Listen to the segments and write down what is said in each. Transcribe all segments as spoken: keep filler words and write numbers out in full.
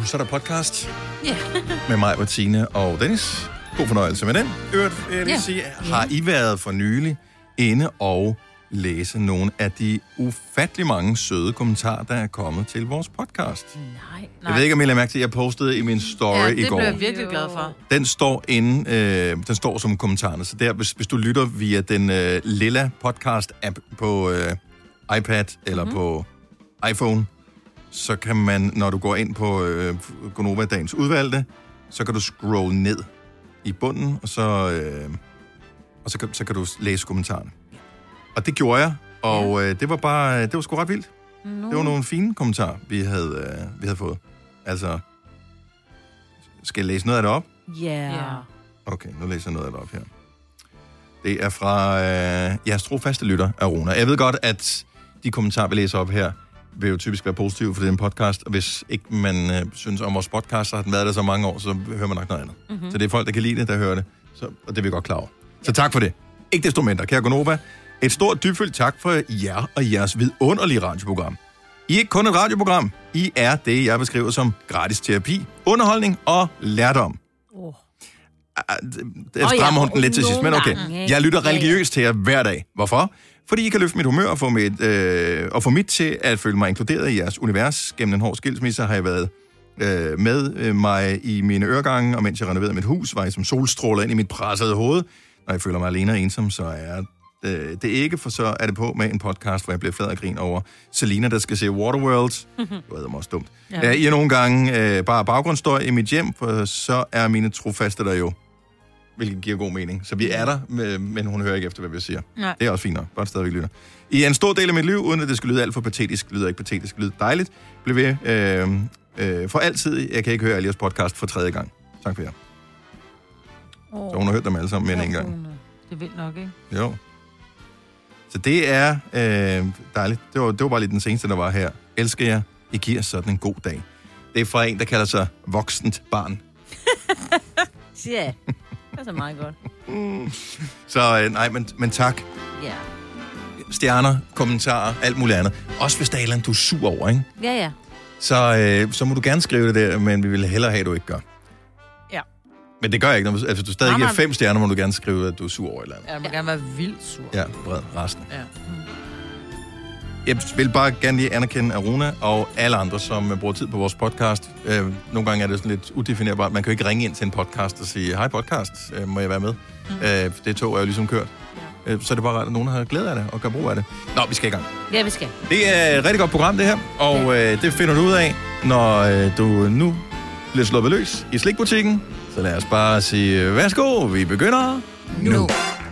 så er der podcast Ja. med mig, Martine og Dennis. God fornøjelse med den. Øvrigt, vil jeg lige Ja. sige, har I været for nylig inde og læse nogle af de ufattelig mange søde kommentarer, der er kommet til vores podcast? Nej, Jeg nej. ved ikke, om I lader mærke til, at jeg postede i min story Ja, i det går. blev jeg virkelig glad for. Den står inde, øh, den står som kommentarerne, så der, hvis, hvis du lytter via den øh, lilla podcast-app på øh, iPad eller mm-hmm. på iPhone, så kan man, når du går ind på øh, Gonova Dagens Udvalgte, så kan du scrolle ned i bunden, og så, øh, og så, kan, så kan du læse kommentarerne. Og det gjorde jeg, og øh, det var bare, det var sgu ret vildt. No. Det var nogle fine kommentarer, vi havde, øh, vi havde fået. Altså, skal jeg læse noget af det op? Ja. Yeah. Okay, nu læser jeg noget af det op her. Det er fra øh, jeres trofaste lytter, Arona. Jeg ved godt, at de kommentarer, vi læser op her, vil jo typisk være positive, for det er en podcast, og hvis ikke man øh, synes om vores podcast, så har den været der så mange år, så hører man nok noget andet. Mm-hmm. Så det er folk, der kan lide det, der hører det, så, og det er vi godt klar over. Så tak for det. Ikke desto mindre, kære Gonova. Et stort dybfølt tak for jer og jeres vidunderlige radioprogram. I er ikke kun et radioprogram. I er det, jeg beskriver som gratis terapi, underholdning og lærdom. Oh. Jeg strammer hun den lidt til sidst, men okay. Jeg lytter religiøst til jer hver dag. Hvorfor? Fordi I kan løfte mit humør og få mit, øh, og få mit til at føle mig inkluderet i jeres univers. Gennem en hård skilsmisse har jeg været øh, med øh, mig i mine øregange, og mens jeg renoverede mit hus, var jeg som solstråler ind i mit pressede hoved. Når jeg føler mig alene og ensom, så er øh, det ikke, for så er det på med en podcast, hvor jeg bliver flad og grin over Selina, der skal se Waterworld. Det var også dumt. Ja. I er nogle gange øh, bare baggrundsstøj i mit hjem, for så er mine trofaste der jo. Hvilket giver god mening. Så vi er der, men hun hører ikke efter, hvad vi siger. Nej. Det er også fint nok. Bare stadigvæk lytter. I en stor del af mit liv, uden at det skal lyde alt for patetisk, lyder ikke patetisk, lyder dejligt, blev ved øh, øh, for altid. Jeg kan ikke høre Alias podcast for tredje gang. Tak for jer. Oh. Så hun har hørt dem alle sammen mere end en gang. Det vil nok, ikke? Jo. Så det er øh, dejligt. Det var, det var bare lige den seneste, der var her. Elsker jer. I giver sådan en god dag. Det er fra en, der kalder sig voksent barn. Ja. Yeah. Det er så meget godt. Mm. Så øh, nej, men, men tak. Ja. Yeah. Stjerner, kommentarer, alt muligt andet. Også hvis der er et eller andet, du er sur over, ikke? Ja, ja. Så, øh, så må du gerne skrive det der, men vi vil hellere have, at du ikke gør. Ja. Men det gør jeg ikke. Når, altså, hvis du stadig nej, giver nej. fem stjerner, må du gerne skrive, at du er sur over et eller andet. Ja, du må ja. gerne være vildt sur. Ja, bred resten. Ja. Mm. Jeg vil bare gerne lige anerkende Aruna og alle andre, som bruger tid på vores podcast. Øh, nogle gange er det sådan lidt udefinerbart. Man kan jo ikke ringe ind til en podcast og sige, hej podcast, øh, må jeg være med? Mm. Øh, det tog er jo ligesom kørt. Ja. Øh, så er det bare rart, at nogen har glæde af det og gør brug af det. Nå, vi skal i gang. Ja, vi skal. Det er et rigtig godt program, det her. Og øh, det finder du ud af, når øh, du nu bliver sluppet løs i slikbutikken. Så lad os bare sige, værsgo, vi begynder nu. nu.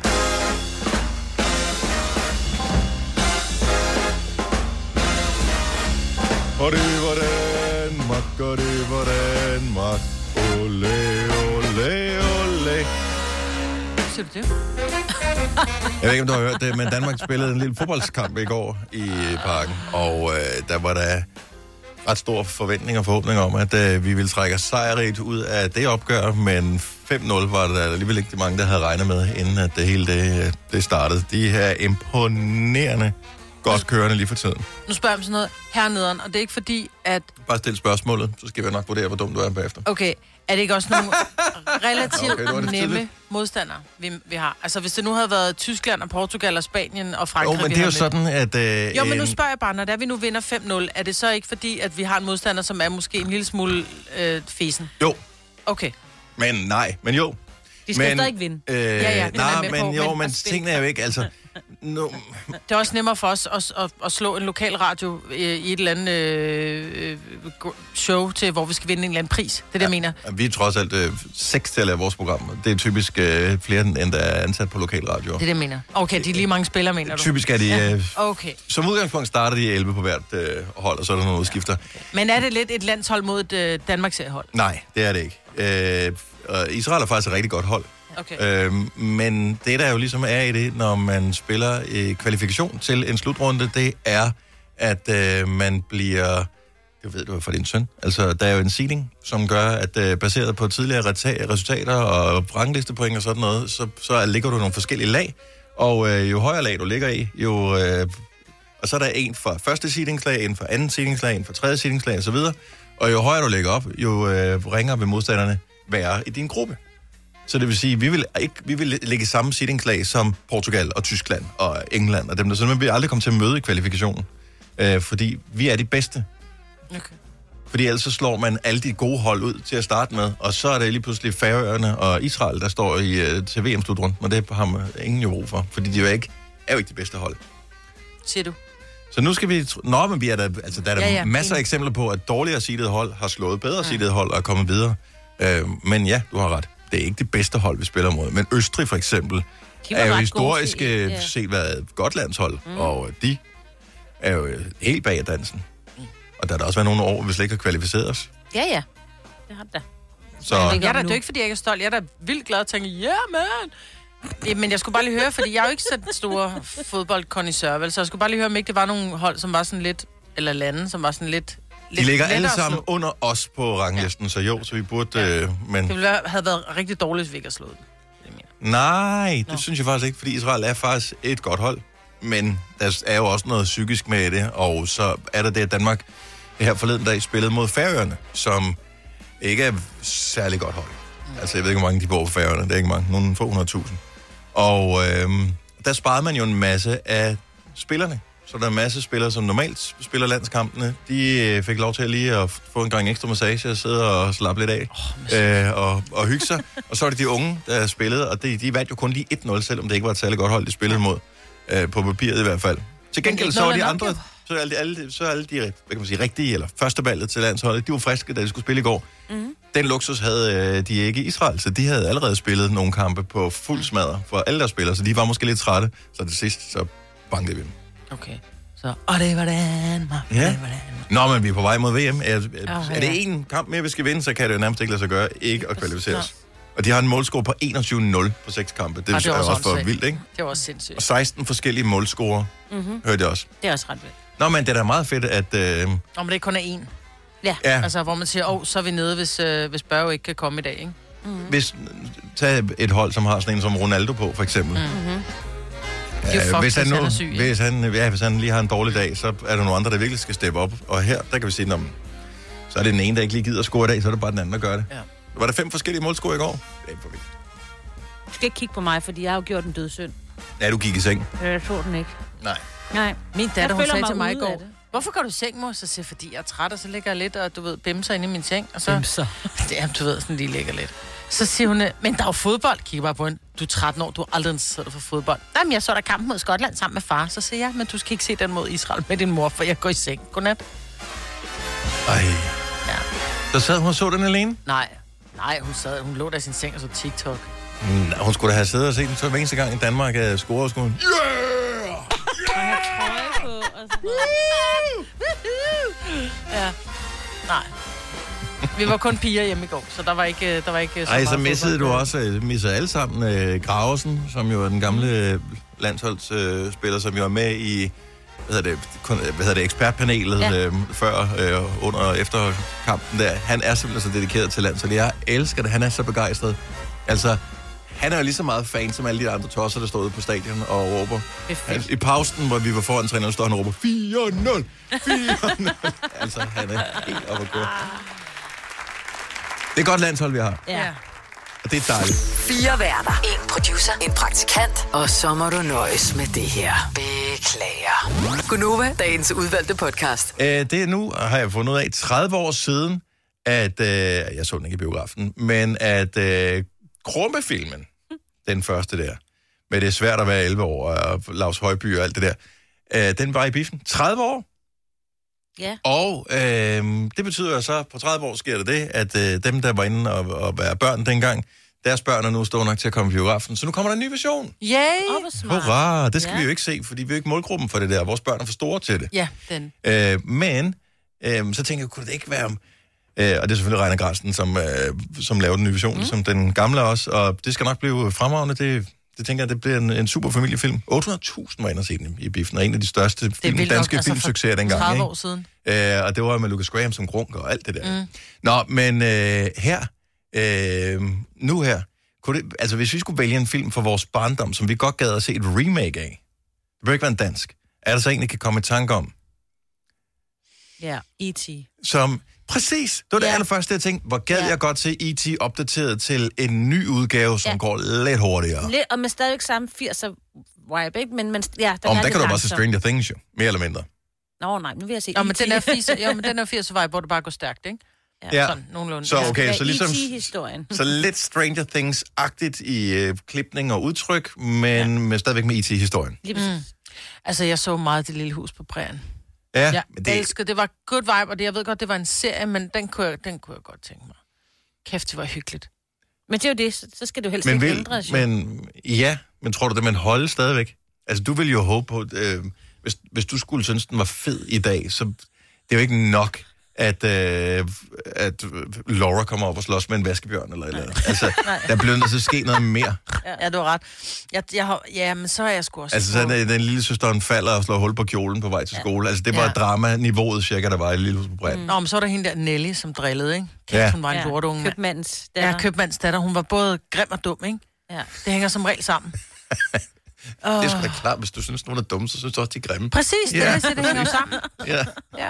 Og det var Danmark, og det var Danmark. Ole, ole, ole. Ser du det? Jeg ved ikke, om du har hørt det, men Danmark spillede en lille fodboldskamp i går i parken. Og øh, der var der ret store forventninger og forhåbninger om, at øh, vi ville trække sejrigt ud af det opgør. Men fem nul var der alligevel ikke de mange, der havde regnet med, inden at det hele det, det startede. De her imponerende godt kørende lige for tiden. Nu spørger jeg om sådan noget hernederen, og det er ikke fordi, at... Bare stil spørgsmålet, så skal vi nok vurdere, hvor dum du er bagefter. Okay, er det ikke også nogle relativt okay, det nemme tidligt. modstandere, vi, vi har? Altså, hvis det nu havde været Tyskland og Portugal og Spanien og Frankrig... Jo, men det er jo sådan, at... Øh, jo, men nu spørger jeg bare, når der vi nu vinder fem nul, er det så ikke fordi, at vi har en modstander, som er måske en lille smule øh, fesen? Jo. Okay. Men nej, men jo. De skal men, stadig vinde. Øh, ja, ja, nej, men, men på, jo, men, men tingene er jo ikke, altså... No. Det er også nemmere for os at, at, at slå en lokal radio i et eller andet øh, show til, hvor vi skal vinde en eller anden pris. Det er det, ja, jeg mener. Vi er trods alt øh, seks til at lave vores program. Det er typisk øh, flere, end der er ansat på lokalradio. Det er det, jeg mener. Okay, de er lige mange spillere, mener du? Typisk er de... Øh, ja. Okay. Som udgangspunkt starter de elleve på hvert øh, hold, og så er der nogle udskifter. Okay. Men er det lidt et landshold mod et øh, Danmarks-hold? Nej, det er det ikke. Øh, Israel er faktisk et rigtig godt hold. Okay. Øhm, men det, der jo ligesom er i det, når man spiller i kvalifikation til en slutrunde, det er, at øh, man bliver... Det ved du for din søn. Altså, der er jo en seeding, som gør, at øh, baseret på tidligere resultater og ranglistepoint og sådan noget, så, så ligger du nogle forskellige lag. Og øh, jo højere lag du ligger i, jo... Øh, og så er der en for første seedingslag, en for anden seedingslag, en for tredje seedingslag osv., Og jo højere du lægger op, jo øh, ringere vil modstanderne være i din gruppe. Så det vil sige, at vi vil, ikke, vi vil lægge i samme seedingslag som Portugal og Tyskland og England og dem der. Så vi vil aldrig komme til at møde i kvalifikationen. Øh, fordi vi er de bedste. Okay. Fordi ellers så slår man alle de gode hold ud til at starte med, og så er det lige pludselig Færøerne og Israel, der står i, til V M-slutrunden, og det har man ingen jo brug for, fordi de er jo ikke, er jo ikke de bedste hold. Siger du? Så nu skal vi... Nå, men vi er der, altså, der er der ja, ja. masser af eksempler på, at dårligere seedede hold har slået bedre ja. seedede hold og er kommet videre. Øh, men ja, du har ret. Det er ikke det bedste hold, vi spiller mod. Men Østrig for eksempel er jo historisk ja. set været et godt landshold, mm. og de er jo helt bag dansen. Og der har der også været nogle år, hvis vi ikke har kvalificeret os. Ja, ja. Det har det da. Så... Jeg er da, det er ikke, fordi jeg ikke er stolt. Jeg er da vildt glad og tænker, ja, yeah, man! Men jeg skulle bare lige høre, fordi jeg er jo ikke så stor fodboldkondisør, vel? Så jeg skulle bare lige høre, om ikke det var nogle hold, som var sådan lidt, eller lande, som var sådan lidt... De ligger alle sammen under os på ranglisten, ja. Så jo, så vi burde... Ja. Øh, men... Det ville være, have været rigtig dårligt, hvis vi ikke havde slået det. Nej, det Nå. synes jeg faktisk ikke, fordi Israel er faktisk et godt hold. Men der er jo også noget psykisk med det, og så er der det, at Danmark her forleden dag spillede mod Færøerne, som ikke er særlig godt hold. Mm. Altså, jeg ved ikke, hvor mange de bor på Færøerne. Det er ikke mange. Nogle få hundrede tusind. Og øhm, der sparede man jo en masse af spillerne. Så der er en masse spillere, som normalt spiller landskampene. De øh, fik lov til at lige at få en gang ekstra massage og sidde og slappe lidt af oh, øh, og, og hygge sig. Og så var det de unge, der spillede, og de, de vandt jo kun lige et nul, selvom det ikke var et særligt godt hold, de spillede mod. Øh, på papiret i hvert fald. Til gengæld så var de andre, så er alle, alle, så er alle de hvad kan man sige, rigtige, eller førsteballet til landsholdet, de var friske, da de skulle spille i går. Mm-hmm. Den luksus havde øh, de ikke i Israel, så de havde allerede spillet nogle kampe på fuld smadre for alle der spiller, så de var måske lidt trætte, så til sidst, så bankede vi dem. Okay. Så, og det var Danmark. Ja. Det var Danmark. Nå, men vi er på vej mod V M. Er, er, oh, er det en kamp mere, vi skal vinde, så kan det jo nærmest ikke lade sig gøre ikke at kvalificere os. Og de har en målscore på enogtyve nul på seks kampe. Det, ah, det er også, også for vildt, ikke? Det var også sindssygt. Og seksten forskellige målscorer, mm-hmm. hørte jeg også. Det er også ret vildt. Nå, men det er da meget fedt, at... Øh... Nå, men det kun er én. Ja. ja. Altså, hvor man siger, åh, oh, så er vi nede, hvis, øh, hvis Børge ikke kan komme i dag, ikke? Mm-hmm. Hvis... Tag et hold, som har sådan en som Ronaldo på, for eksempel. Mm-hmm. Ja, hvis, han nu, han syg, hvis, han, ja, hvis han lige har en dårlig dag, så er der nogle andre, der virkelig skal steppe op. Og her, der kan vi sige, om, så er det den ene, der ikke lige gider at score i dag, så er det bare den anden, der gør det. Ja. Var der fem forskellige målscore i går? Det er for vildt. Du skal ikke kigge på mig, fordi jeg har jo gjort en død synd. Ja, du gik i seng. Jeg så den ikke. Nej. Nej. Min datter, hun sagde til mig i går, hvorfor går du i seng, mor? Så siger jeg, fordi jeg er træt, og så ligger jeg lidt, og du ved, bimser inde i min seng. Og så, bimser? Ja, du ved, sådan lige ligger lidt. Så siger hun, men der er jo fodbold. Kigger bare på hende. Du er tretten år, du har aldrig interesseret for fodbold. Jamen, jeg så der kampen mod Skotland sammen med far. Så siger jeg, men du skal ikke se den mod Israel med din mor, for jeg går i seng. Godnat. Ej. Ja. Så sad hun og så den alene? Nej. Nej, hun sad, hun lå der i sin seng og så TikTok. Mm, hun skulle da have siddet og set den så hver eneste gang i Danmark uh, score, og skulle hun... Yeah! Ja. Nej. Vi var kun piger hjemme i går, så der var ikke der var ikke så Ej, så missede du også, missede alle sammen uh, Graversen, som jo er den gamle landsholdsspiller, uh, som jo er med i hvad hedder det, kun, hvad hedder det ekspertpanelet ja. uh, før, uh, under og efter kampen der. Han er simpelthen så dedikeret til landsholdet. Jeg elsker det, han er så begejstret. Altså, han er jo lige så meget fan som alle de andre tosser, der stod ude på stadion og råber. Han, I pausen, hvor vi var foran træneren, stod han og råber fire nul, fire nul. Altså, han er helt oppe at gå. Det er godt landshold, vi har. Ja. Og det er dejligt. Fire værter. En producer. En praktikant. Og så må du nøjes med det her. Beklager. Gunova, dagens udvalgte podcast. Æh, det er nu, har jeg fundet ud af, tredive år siden, at, øh, jeg så den ikke i biografen, men at øh, Krummefilmen, den første der, med det er svært at være elleve år, og Lars Højby og alt det der, øh, den var i biffen. tredive år. Ja. Og øh, det betyder jo så, på tredive år sker det det, at øh, dem, der var inde og, og være børn dengang, deres børn er nu store nok til at komme i biografen. Så nu kommer der en ny version. Yay! Oh, hurra! Det skal ja. vi jo ikke se, fordi vi er jo ikke målgruppen for det der. Vores børn er for store til det. Ja, den. Øh, men, øh, så tænker jeg, kunne det ikke være... Øh, og det er selvfølgelig Reiner Grasten, som, øh, som laver den nye version, mm. som den gamle også. Og det skal nok blive fremragende. Det, det tænker jeg, det bliver en, en super familiefilm. otte hundrede tusind var inde og se den i biffen, og en af de største film, danske nok, altså filmsucceser dengang. tredive år siden. Øh, og det var med Lucas Graham som grunk og alt det der. Mm. Nå, men øh, her, øh, nu her, kunne det, altså hvis vi skulle vælge en film for vores barndom, som vi godt gad at se et remake af, det bør ikke være en dansk, er der så egentlig kan komme i tanke om? Ja, E T Som, præcis, det var det ja. allerførste, jeg tænkte, hvor gad ja. jeg godt se E T opdateret til en ny udgave, som ja. går lidt hurtigere. Lidt, og med stadigvæk samme firser vibe, ikke? Men, men ja, den Om er der kan du langsom. bare se Stranger Things, jo. Mere eller mindre. Nå, nej, nu vil jeg se Nå, E T men den er firser, jo, men den er firser vibe, hvor det bare går stærkt, ikke? Ja, sådan, nogenlunde. så okay, så ligesom... E T-historien. Så lidt Stranger Things-agtigt i øh, klipning og udtryk, men ja. med stadigvæk med E T-historien. Lige præcis. Mm. Altså, jeg så meget Det Lille Hus på Prærien. Ja, jeg men det... elskede, det var good vibe, og det, jeg ved godt, det var en serie, men den kunne jeg, den kunne jeg godt tænke mig. Kæft, det var hyggeligt. Men det er jo det, så, så skal du helst men ikke vil, ændres. Men ja, men tror du det, man holder stadigvæk? Altså, du vil jo håbe på, øh, hvis, hvis du skulle synes, den var fed i dag, så det er jo ikke nok, at, øh, at Laura kommer op og slås med en vaskebjørn eller eller andet. Altså, der bliver nødt til at ske noget mere. Ja, du har ret. Jeg, jeg har, ja, men så er jeg sgu også... Altså, så den, den lille søsteren falder og slår hul på kjolen på vej til skole. Altså, det var ja. drama-niveauet cirka, der var i Lille Hus på Prærien. Mm. Nå, men så er der hende der Nelly, som drillede, ikke? Kæft, ja. Hun var en ja. lortunge. Købmandens datter. Ja, købmandens datter. Hun var både grim og dum, ikke? Ja. Det hænger som regel sammen. Det er sgu da klart, hvis du synes, nogen er dumme, så synes du også, de er grimme. Præcis, det ja. er det, det hænger jo sammen. Ja. Ja.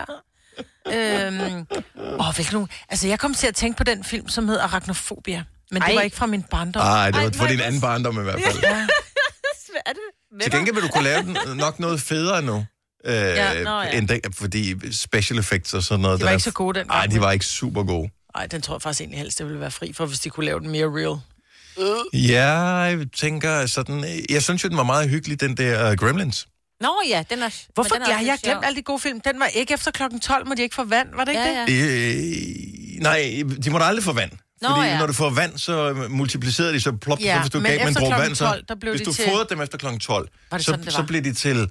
Øhm, åh, hvilken nogen... Altså, jeg kom til at tænke på den film, som hed Arachnofobia. Men Ej. det var ikke fra min barndom. Nej, det var fra din anden barndom i hvert fald. Ja. Hvad er det? Til gengæld vil du kunne lave den nok noget federe nu. Øh, ja, nå, ja. End den, fordi special effects og sådan noget... De var der... ikke så gode den. Nej, de var ikke super gode. Nej, den tror jeg faktisk egentlig helst, det ville være fri for, hvis de kunne lave den mere real. Uh. Ja, jeg tænker sådan... Jeg synes jo, den var meget hyggelig, den der uh, Gremlins. Nå ja, den er... Hvorfor? Den er ja, jeg har glemt alle de gode film. Den var ikke efter klokken tolv, må de ikke få vand, var det ikke ja, det? Ja. Øh, nej, de må da aldrig få vand. Nå, fordi ja. når du får vand, så multiplicerer de, så plop, ja, så hvis du gav dem en dråbe vand, så... tolv, der blev hvis de du til... fodrede dem efter klokken tolv, så, sådan, så bliver de til...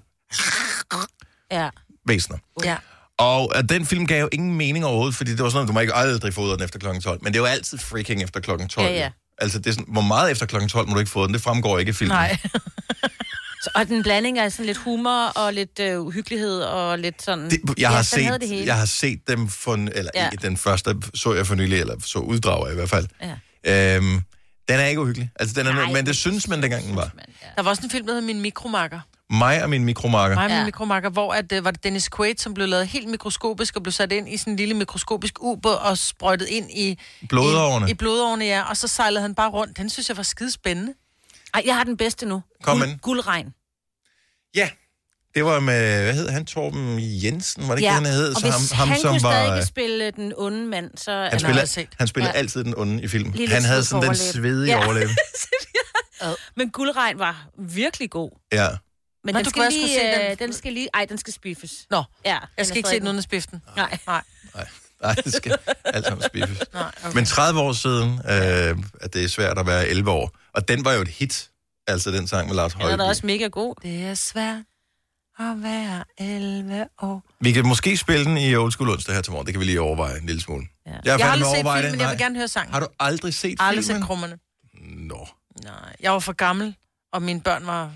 Ja. Væsener. Ja. Og at den film gav jo ingen mening overhovedet, fordi det var sådan noget, du må ikke aldrig fodre den efter klokken tolv. Men det er jo altid freaking efter klokken tolv. Ja, ja. Altså, det er sådan, hvor meget efter klokken tolv må du ikke fodre den? Det fremgår ikke i filmen. Nej. Så, og den blanding er sådan lidt humor og lidt øh, uhyggelighed og lidt sådan... Det, jeg, har set, det jeg har set dem for... Eller ja. ikke den første, så jeg for nylig, eller så uddrager i hvert fald. Ja. Øhm, den er ikke uhyggelig. Altså, den er, Nej, men det synes man, dengang den var. Man, ja. Der var også en film, der hed Min Mikromarker. Mig og min mikromarker. Mig og min ja. mikromarker, hvor at, uh, var det Dennis Quaid, som blev lavet helt mikroskopisk og blev sat ind i sådan en lille mikroskopisk ubåd og sprøjtet ind i... Blodårene. I, i blodårene, ja. Og så sejlede han bare rundt. Den synes jeg var skide spændende. Ej, jeg har den bedste nu. Kom Guld, Guldregn. Ja, det var med, hvad hed han, Torben Jensen, var det ja. ikke, han hed? Og så hvis ham, ham, han som kunne var, stadig ikke spille den onde mand, så... Han spillede, han spillede ja. altid den onde i filmen. Lille han havde sådan den svedige ja. overlæbe. Men Guldregn var virkelig god. Ja. Men Nå, den, du skal lige, se den. øh, den skal lige... Ej, den skal spiffes. Nå, ja, jeg skal ikke se den uden at spiffe den. Nej. Nej. Nej. Nej, det skal alt sammen spiffes. Okay. Men tredive år siden, øh, at det er svært at være elleve år. Og den var jo et hit, altså den sang med Lars Højby. Den er da også mega god. Det er svært at være elleve år. Vi kan måske spille den i Old School onsdag her til morgen. Det kan vi lige overveje en lille smule. Ja. Jeg, jeg har aldrig set filmen, det. men jeg vil gerne høre sangen. Har du aldrig set filmen? Aldrig set krummerne. Nå. Nej, jeg var for gammel, og mine børn var...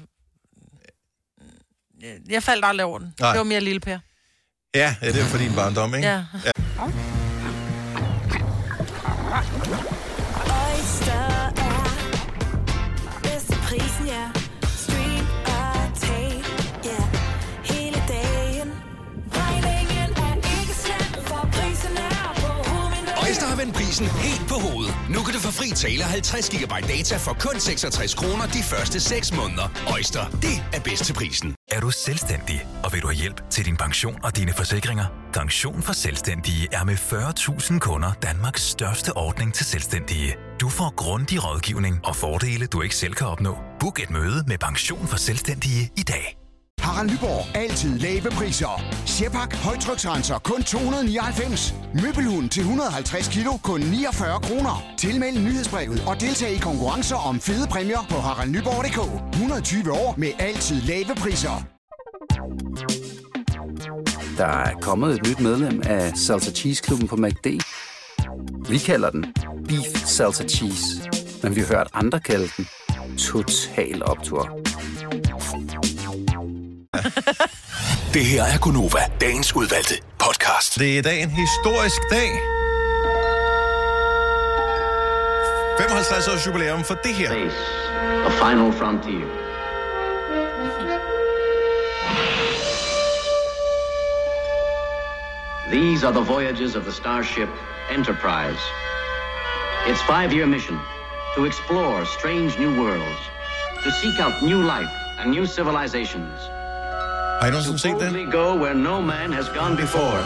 Jeg faldt aldrig over den. Nej. Det var mere Lille Per. Ja, ja, det er for din barndom, ikke? Ja. ja. Øjster har vendt prisen helt på hovedet. Nu kan du få fri tale halvtreds gigabyte data for kun seksogtres kroner de første seks måneder. Øjster, det er bedst til prisen. Er du selvstændig, og vil du have hjælp til din pension og dine forsikringer? Pension for Selvstændige er med fyrre tusind kunder Danmarks største ordning til selvstændige. Du får grundig rådgivning og fordele, du ikke selv kan opnå. Book et møde med Pension for Selvstændige i dag. Harald Nyborg. Altid lave priser. Sjehpak højtryksrenser kun to hundrede nioghalvfems. Møbelhund til et hundrede og halvtreds kilo kun niogfyrre kroner. Tilmeld nyhedsbrevet og deltag i konkurrencer om fede præmier på harald nyborg punktum d k. et hundrede og tyve år med altid lave priser. Der er kommet et nyt medlem af Salsa Cheese Klubben på McD. Vi kalder den Beef Salsa Cheese, men vi har hørt andre kalde den Total Optur. Det her er Gunova, dagens udvalgte podcast. Det er i dag en historisk dag. femoghalvtreds års jubilæum for det her. A final frontier. These are the voyages of the starship Enterprise. Its five-year mission, to explore strange new worlds, to seek out new life and new civilizations. Har I nogensinde set den? To go where no man has gone before.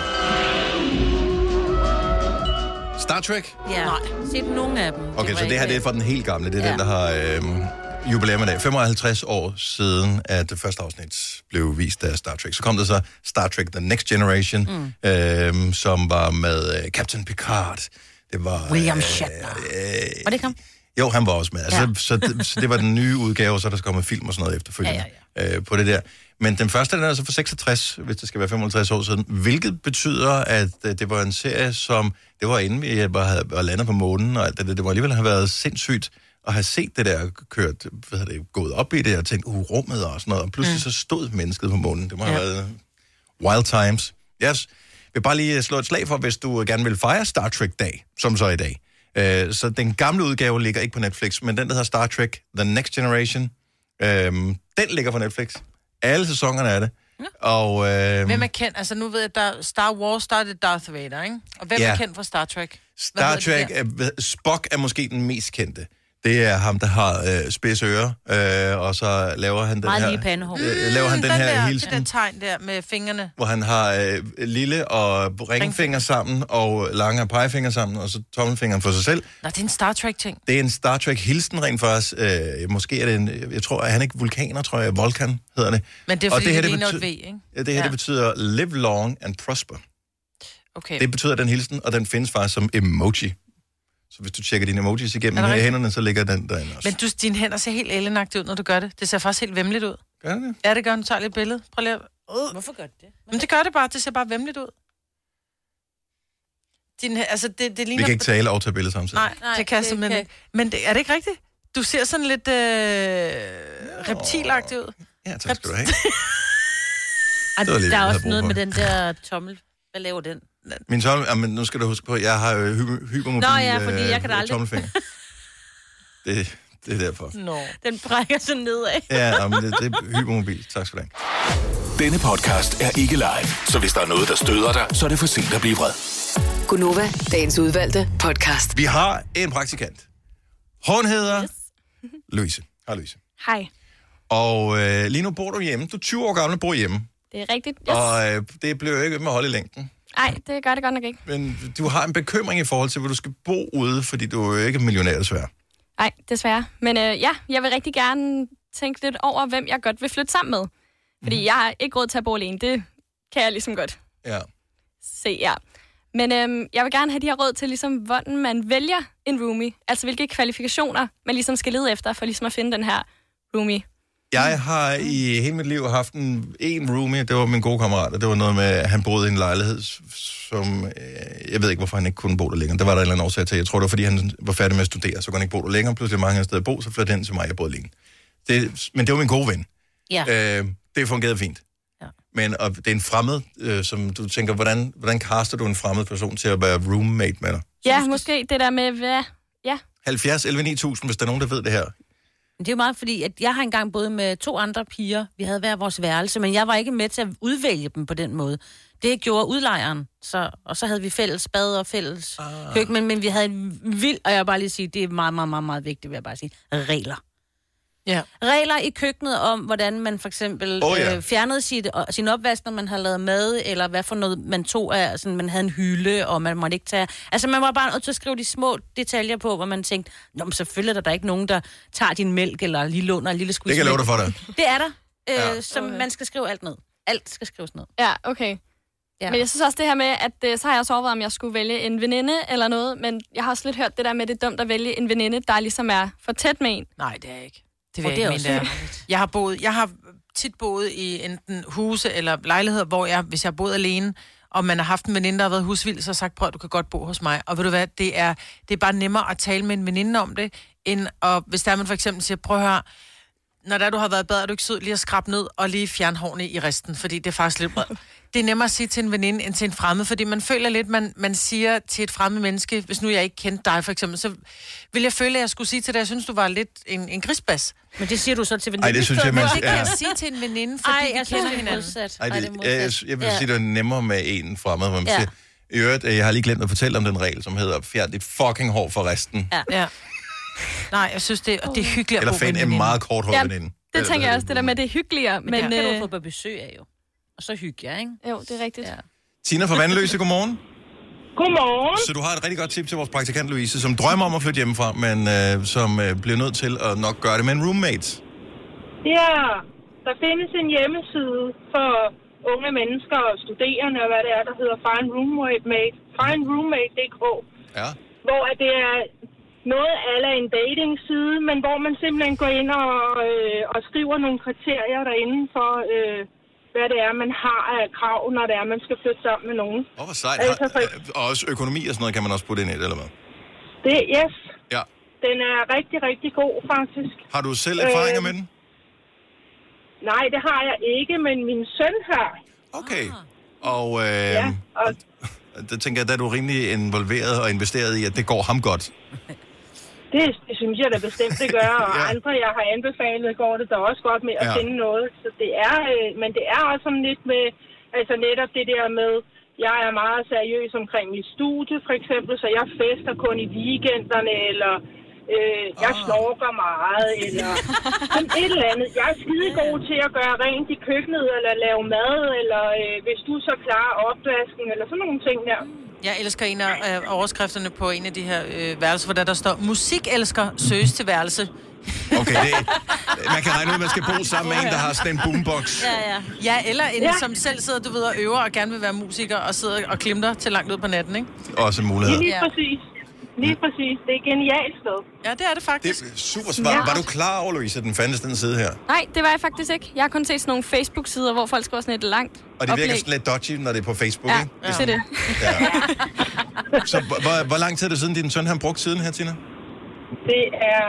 Star Trek? Ja, nej. Set nogle af dem. Okay, så det her det er fra den helt gamle. Det er ja. den, der har øhm, jubilæum i dag. femoghalvtreds år siden, at det første afsnit blev vist af Star Trek. Så kom der så Star Trek The Next Generation, mm. øhm, som var med øh, Captain Picard. Det var... William Shatner. Øh, var det kom? Jo, han var også med. Altså, ja. så, det, så det var den nye udgave, og så er der kommet film og sådan noget efterfølgende ja, ja, ja. Øh, på det der. Men den første, den er altså fra seksogtres, hvis det skal være femoghalvtreds år siden, hvilket betyder, at det var en serie, som, det var inden vi var, var landet på månen, og alt det, det var alligevel have været sindssygt at have set det der kørt, hvad hedder det, gået op i det, og tænkt, uh, rummet og sådan noget, og pludselig mm. så stod mennesket på månen. Det må have ja. været wild times. Yes. Jeg vil bare lige slå et slag for, hvis du gerne vil fejre Star Trek-dag, som så i dag. Uh, så den gamle udgave ligger ikke på Netflix, men den, der hedder Star Trek The Next Generation, uh, den ligger på Netflix. Alle sæsonerne er det. Ja. Og, øh, hvem er kendt? Altså nu ved jeg, der Star Wars startede Darth Vader, ikke? Og hvem ja. er kendt fra Star Trek? Hvad Star Trek, er, Spock er måske den mest kendte. Det er ham, der har øh, spidse ører, øh, og så laver han den Meget her... Meget lige pandehår. Øh, laver han den, den her der, hilsen. den tegn der med fingrene. Hvor han har øh, lille og ringfinger sammen, og lange pegefinger sammen, og så tommelfingeren for sig selv. Nå, det er en Star Trek-ting. Det er en Star Trek-hilsen rent faktisk. Øh, måske er det en... Jeg tror, at han ikke vulkaner, tror jeg. Vulkan hedder det. Men det er fordi, det, her, det ligner et V, ikke? Ja, det her, ja. det betyder live long and prosper. Okay. Det betyder den hilsen, og den findes faktisk som emoji. Så hvis du tjekker dine emojis igennem her i hænderne, så ligger den derinde også. Men du, dine hænder ser helt ellenagtigt ud, når du gør det. Det ser faktisk helt vemmeligt ud. Gør det? Ja, det gør. Du tager lidt billede. Prøv lige at... Uh. Hvorfor gør det det? Men det gør det bare. Det ser bare vemmeligt ud. Din, altså, det, det ligner... Vi kan ikke tale og tage billeder samtidig. Nej, Nej det kan jeg simpelthen ikke. Men det, er det ikke rigtigt? Du ser sådan lidt øh, reptilagtigt ud. Ja, tak skal du have. Ej, der lige, er også noget med den der tommel. Hvad laver den? Min tommel... Ja, men nu skal du huske på, jeg har jo hy- hypermobil Nå ja, fordi jeg kan da aldrig... tommelfinger. Det, det er derfor. Nå. Den brækker sig nedad. Ja, men det, det er hypermobil. Tak skal du have. Denne podcast er ikke live, så hvis der er noget, der støder dig, så er det for sent at blive vred. Gunova, dagens udvalgte podcast. Vi har en praktikant. Hun hedder yes. Louise. Hej Louise. Hej. Og øh, lige nu bor du hjemme. Du er tyve år gammel og bor hjemme. Det er rigtigt, yes. Og øh, det bliver jo ikke med at holde i længden. Nej, det gør det godt nok ikke. Men du har en bekymring i forhold til, hvor du skal bo ude, fordi du er jo ikke millionær desværre. Nej, desværre. Men øh, ja, jeg vil rigtig gerne tænke lidt over, hvem jeg godt vil flytte sammen med. Fordi mm. jeg har ikke råd til at bo alene. Det kan jeg ligesom godt ja. se, ja. Men øhm, jeg vil gerne have de her råd til, ligesom, hvordan man vælger en roomie. Altså, hvilke kvalifikationer man ligesom skal lede efter, for ligesom at finde den her roomie. Jeg har i hele mit liv haft en, en roomie, det var min gode kammerat, og det var noget med, at han boede i en lejlighed, som, øh, jeg ved ikke, hvorfor han ikke kunne bo der længere. Der var der en eller anden årsag til. Jeg tror, det var, fordi han var færdig med at studere, så kunne han ikke bo der længere. Pludselig mange andre steder at bo, så flyttede han til mig, jeg boede alene. Det, men det var min gode ven. Ja. Øh, det fungerede fint. Ja. Men og det er en fremmed, øh, som du tænker, hvordan, hvordan caster du en fremmed person til at være roommate med dig? Ja, måske skal... det der med, hvad... Ja. halvfjerds elleve ni tusind, hvis der er nogen, der ved det her. Det er jo meget, fordi at jeg har engang boet med to andre piger. Vi havde hver vores værelse, men jeg var ikke med til at udvælge dem på den måde. Det gjorde udlejeren, så, og så havde vi fælles bad og fælles ah. køkken, men, men vi havde en vild, og jeg vil bare lige sige, det er meget, meget, meget, meget vigtigt, vil jeg bare sige, regler. Ja. Regler i køkkenet om, hvordan man for eksempel oh, ja. øh, fjernede sit, sin opvask, når man har lavet mad, eller hvad for noget man tog af, sådan, man havde en hylde, og man måtte ikke tage... Altså, man var bare nødt til at skrive de små detaljer på, hvor man tænkte, nå, men selvfølgelig er der ikke nogen, der tager din mælk, eller lige låner en lille skud. Det kan jeg love dig for dig. Det er der, øh, ja. som okay. man skal skrive alt ned. Alt skal skrives ned. Ja, okay. Ja. Men jeg synes også det her med, at så har jeg også overvejet, om jeg skulle vælge en veninde eller noget, men jeg har også lidt hørt det der med, det er dumt at vælge en veninde, der ligesom er for tæt med en. Nej, det er ikke. Det vil jeg ikke mene, jeg har boet, jeg har tit boet i enten huse eller lejligheder, hvor jeg, hvis jeg har boet alene, og man har haft en veninde, der har været husvild, så har sagt, prøv, du kan godt bo hos mig. Og ved du hvad, det er, det er bare nemmere at tale med en veninde om det, end at, hvis der man for eksempel siger, prøv at høre, når der du har været i bad, er du ikke sød lige at skrabe ned og lige fjerne hårene i resten, fordi det er faktisk lidt... Det er nemmere at sige til en veninde end til en fremmed, fordi man føler lidt, man, man siger til et fremmed menneske, hvis nu jeg ikke kendte dig for eksempel, så ville jeg føle, at jeg skulle sige til dig, jeg synes, du var lidt en, en grisbas. Men det siger du så til veninde. Ej, det synes jeg, man... Det kan jeg sige til en veninde, fordi Ej, vi kender hinanden. Ej, det, jeg, jeg, jeg vil sige, det er nemmere med en fremmed, hvor man ja. siger, i øvrigt, jeg har lige glemt at fortælle om den regel, som hedder, fjern dit fucking hår for resten. Ja. ja. Nej, jeg synes, det, det er hyggeligt at bo med en veninde. Eller find en meget kort hår veninde. Ja, det tænker jeg også, det der med, det er hyggeligere. Men, men det kan øh... du få på besøg af jo. Og så hygge jeg, ikke? Jo, det er rigtigt. Ja. Tina fra Vandløse, godmorgen. Godmorgen. Så du har et rigtig godt tip til vores praktikant Louise, som drømmer om at flytte hjemmefra, men øh, som øh, bliver nødt til at nok gøre det med en roommate. Ja, der findes en hjemmeside for unge mennesker og studerende, og hvad det er, der hedder Find Roommate, find roommate punktum d k. Ja. Hvor det er noget ala en dating-side, men hvor man simpelthen går ind og, øh, og skriver nogle kriterier derinde for... Øh, hvad det er, man har af krav, når det er, man skal flytte sammen med nogen. Åh, oh, hvor sejt. Altså, for... Og også økonomi og sådan noget kan man også putte ind i det, eller hvad? Det, yes. Ja. Den er rigtig, rigtig god, faktisk. Har du selv erfaringer øh... med den? Nej, det har jeg ikke, men min søn har. Okay. Og, øh, ja, og... der tænker jeg, at du er rimelig involveret og investeret i, at det går ham godt. Det, det synes jeg da bestemt, det gør, og ja. andre, jeg har anbefalet, går det da også godt med at ja. finde noget. Så det er, øh, men det er også sådan lidt med, altså netop det der med, jeg er meget seriøs omkring mit studie, for eksempel, så jeg fester kun i weekenderne, eller øh, jeg oh. snorker meget, eller sådan et eller andet. Jeg er skidegod til at gøre rent i køkkenet, eller lave mad, eller øh, hvis du så klarer opvasken, eller sådan nogle ting der. Jeg elsker en af øh, overskrifterne på en af de her øh, værelser, hvor der, der står, musikelsker søges til værelse. Okay, det, man kan regne ud, at man skal bo sammen med en, der har sådan en boombox. Ja, ja. Ja, eller en, ja. som selv sidder, du ved, og øver og gerne vil være musiker, og sidder og klimter til langt ud på natten, ikke? Også en mulighed. Lige præcis. Lige præcis. Det er et genialt sted. Ja, det er det faktisk. Det er super smart. Ja. Var du klar over, Louise, at den fandtes den side her? Nej, det var jeg faktisk ikke. Jeg har kun set sådan nogle Facebook-sider, hvor folk skriver sådan et langt Og det virker sådan lidt dodgy, når det er på Facebook, ja, ikke? Ja, det er det. Ja. Så hvor, hvor lang tid er det siden, din søn har brugt siden her, Tina? Det er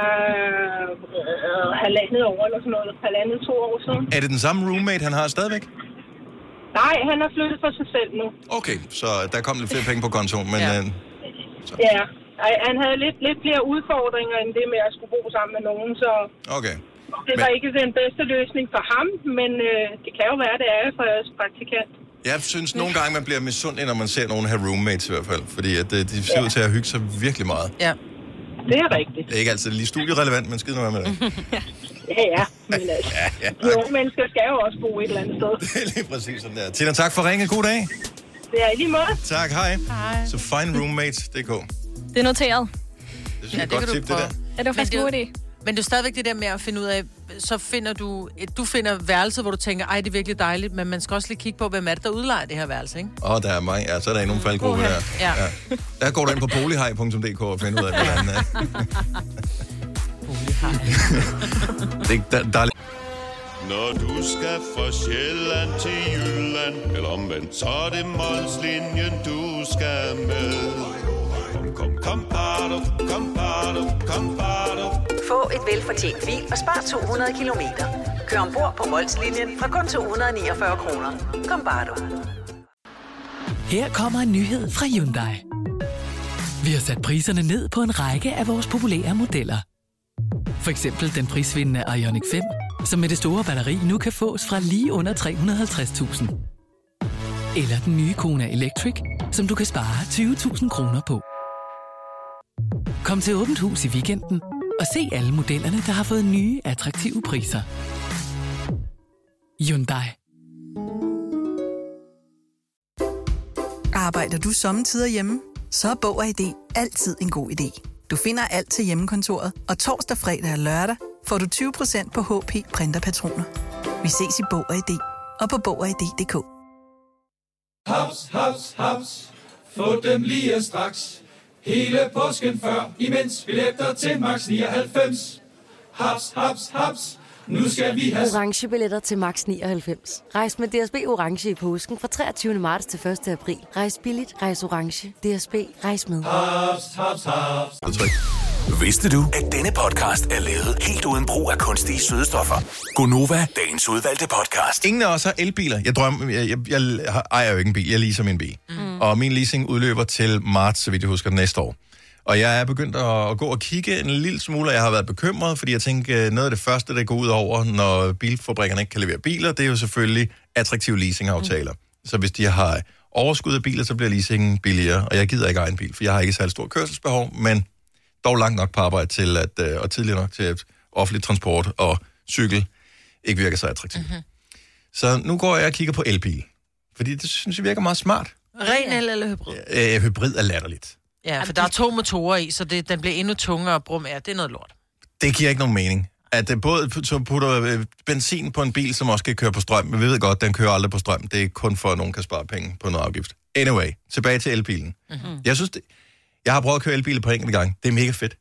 øh, halvandet år eller sådan noget. Halvandet, to år siden. Er det den samme roommate, han har stadigvæk? Nej, han har flyttet for sig selv nu. Okay, så der kom lidt flere penge på kontoen, men... Ja. Øh, så. Ja, han havde lidt, lidt flere udfordringer end det med at skulle bo sammen med nogen, så... Okay. Det var men... ikke den bedste løsning for ham, men øh, det kan jo være, det er for jeres praktikant. Jeg synes nogle gange, man bliver misundelig, når man ser nogen have roommates i hvert fald, fordi at, de ser ud til at hygge sig virkelig meget. Ja. Det er rigtigt. Det er ikke altid lige studierelevant, men skide noget med det. ja, ja. Men altså, ja, ja. De unge mennesker skal jo også bo et eller andet sted. Det er lige præcis sådan der. Tina, tak for ringe. God dag. Det er i lige måde. Tak, hej. Hej. Så find roommate punktum d k. Det er noteret. Det synes jeg ja, godt tip, det der. Ja, det var faktisk en god idé. Men det er stadigvæk det der med at finde ud af, så finder du, du finder værelset, hvor du tænker, ej, det er virkelig dejligt, men man skal også lige kigge på, hvem er det, der udlejer det her værelse, ikke? Åh, oh, der er mange, ja, så er der nogle faldgrupper der. Ja. ja. Der går du ind på bolighej punktum d k og finder ud af, hvordan er. det er der, der Når du skal fra Sjælland til Jylland, eller omvendt, så er det Molslinjen, du skal med. Kom, kom, kom, bado, kom, bado, kom, bado. Få et velfortjent bil og spar to hundrede kilometer. Kør ombord på Molslinjen fra kun to hundrede niogfyrre kroner. Kom, bare du. Her kommer en nyhed fra Hyundai. Vi har sat priserne ned på en række af vores populære modeller. For eksempel den prisvindende Ioniq fem, som med det store batteri nu kan fås fra lige under tre hundrede og halvtreds tusind. Eller den nye Kona Electric, som du kan spare tyve tusind kroner på. Kom til Åbent Hus i weekenden og se alle modellerne, der har fået nye, attraktive priser. Hyundai. Arbejder du sommetider hjemme? Så er Bog og I D altid en god idé. Du finder alt til hjemmekontoret, og torsdag, fredag og lørdag får du tyve procent på H P printerpatroner. Vi ses i Bog og I D og på bog og i d punktum d k. Haps, haps, haps. Få dem lige straks. Hele påsken før, imens billetter til max nioghalvfems. Haps, haps, haps. Nu skal vi have orange billetter til max nioghalvfems. Rejs med D S B orange i påsken fra treogtyvende marts til første april. Rejs billigt, rejs orange. D S B, rejs med. Haps, haps, haps. Vidste du, at denne podcast er lavet helt uden brug af kunstige sødestoffer? Gonova, dagens udvalgte podcast. Ingen af os har elbiler. Jeg drømmer, jeg, jeg, jeg ejer jo ikke en bil. Jeg leaser min bil. Mm. Og min leasing udløber til marts, så vidt jeg husker, næste år. Og jeg er begyndt at, at gå og kigge en lille smule, og jeg har været bekymret, fordi jeg tænker, noget af det første, der går ud over, når bilfabrikkerne ikke kan levere biler, det er jo selvfølgelig attraktive leasingaftaler. Mm. Så hvis de har overskud af biler, så bliver leasingen billigere, og jeg gider ikke egen bil, for jeg har ikke særlig stor kørselsbehov, men dog langt nok på arbejde til, at, og tidligere nok til, at offentlig transport og cykel ikke virker så attraktivt. Mm-hmm. Så nu går jeg og kigger på elbil, fordi det synes jeg virker meget smart. Ren el eller hybrid? Øh, hybrid er latterligt. Ja, for der er to motorer i, så det, den bliver endnu tungere at brumme af. Det er noget lort. Det giver ikke nogen mening. At det både så putter benzin på en bil, som også skal køre på strøm, men vi ved godt, den kører aldrig på strøm. Det er kun for, at nogen kan spare penge på noget afgift. Anyway, tilbage til elbilen. Mm-hmm. Jeg synes, det, jeg har prøvet at køre elbil på enkelt gang. Det er mega fedt.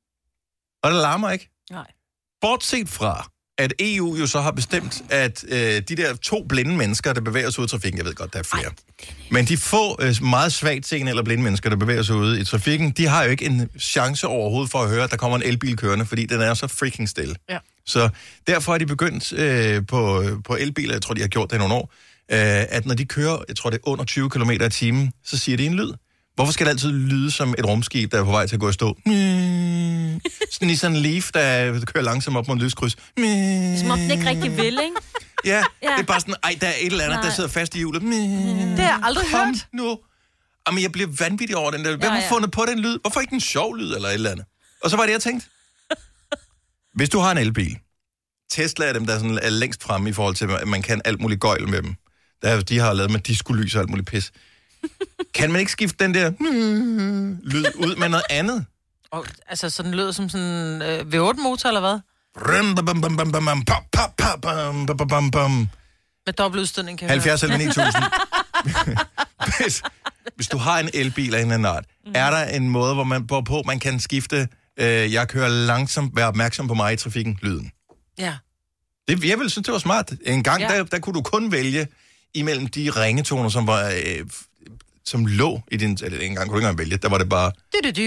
Og det larmer ikke. Nej. Bortset fra, at E U jo så har bestemt, at øh, de der to blinde mennesker, der bevæger sig ud i trafikken, jeg ved godt, der er flere, Ej, men de få øh, meget svagt seende eller blinde mennesker, der bevæger sig ude i trafikken, de har jo ikke en chance overhovedet for at høre, at der kommer en elbil kørende, fordi den er så freaking stille. Ja. Så derfor har de begyndt øh, på, på elbiler, jeg tror, de har gjort det i nogle år, øh, at når de kører, jeg tror, det er under tyve kilometer i timen, så siger de en lyd. Hvorfor skal det altid lyde som et rumskib, der er på vej til at gå i stå? Mm. Sådan i sådan en Leaf, der kører langsomt op mod en lyskryds. Mm. Som om den ikke rigtig vil, ikke? Ja, ja, det er bare sådan, ej, der er et eller andet, Nej. der sidder fast i hjulet. Mm. Det har jeg aldrig Kom hørt. nu. Jamen, jeg bliver vanvittig over den der. Hvem ja, ja. har fundet på den lyd? Hvorfor ikke en sjov lyd eller et eller andet? Og så var det, jeg tænkte. Hvis du har en elbil, Tesla er dem, der er, sådan, er længst fremme i forhold til, at man kan alt muligt gøjl med dem. Der, de har lavet med diskolys og alt muligt pis. Kan man ikke skifte den der mm, lyd ud med noget andet? Og, altså, så den lyder som sådan en øh, V otte motor, eller hvad? Med dobbelt udstødning, kan vi halvfjerds eller ni tusind. hvis, hvis du har en elbil af en eller anden art, mm. er der en måde, hvor man på, på man kan skifte, øh, jeg kører langsomt, vær opmærksom på mig i trafikken, lyden? Ja. Det, jeg ville synes, det var smart. En gang, ja. der, der kunne du kun vælge imellem de ringetoner, som var... Øh, som lå i din... Eller en gang kunne du ikke engang vælge. Der var det bare...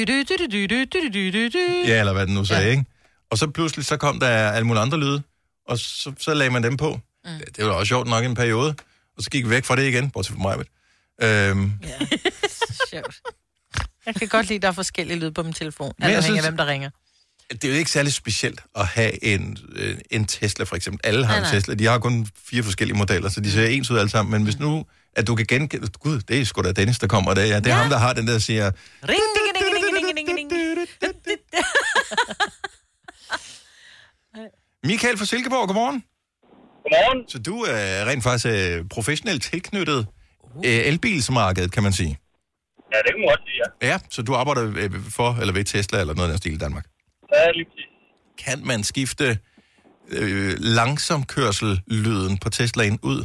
Ja, eller hvad den nu sagde, ja. Ikke? Og så pludselig, så kom der alle mulige andre lyde, og så, så lagde man dem på. Mm. Det, det var også sjovt nok en periode. Og så gik vi væk fra det igen, bortset fra mig. Øhm. Ja, sjovt. Jeg kan godt lide, at der er forskellige lyde på min telefon. Alt afhængig af, hvem der ringer. Det er jo ikke særlig specielt at have en, en Tesla, for eksempel. Alle har en Tesla. De har kun fire forskellige modeller, så de ser ens ud alle sammen. Men hvis nu... at du kan genkende... Gud, det er sgu da Dennis, der kommer der. Ja, det er ja. ham, der har den der, siger... Ring, ding, ding, ding, ding, ding, ding. Michael fra Silkeborg, godmorgen. Godmorgen. Så du er rent faktisk uh, professionelt tilknyttet uh, elbilsmarkedet, kan man sige. Ja, det kan man godt sige, ja. Ja, så du arbejder uh, for, eller ved Tesla, eller noget af den stil i Danmark. Ja, lige præcis. Kan man skifte uh, langsomkørsel-lyden på Teslaen ud?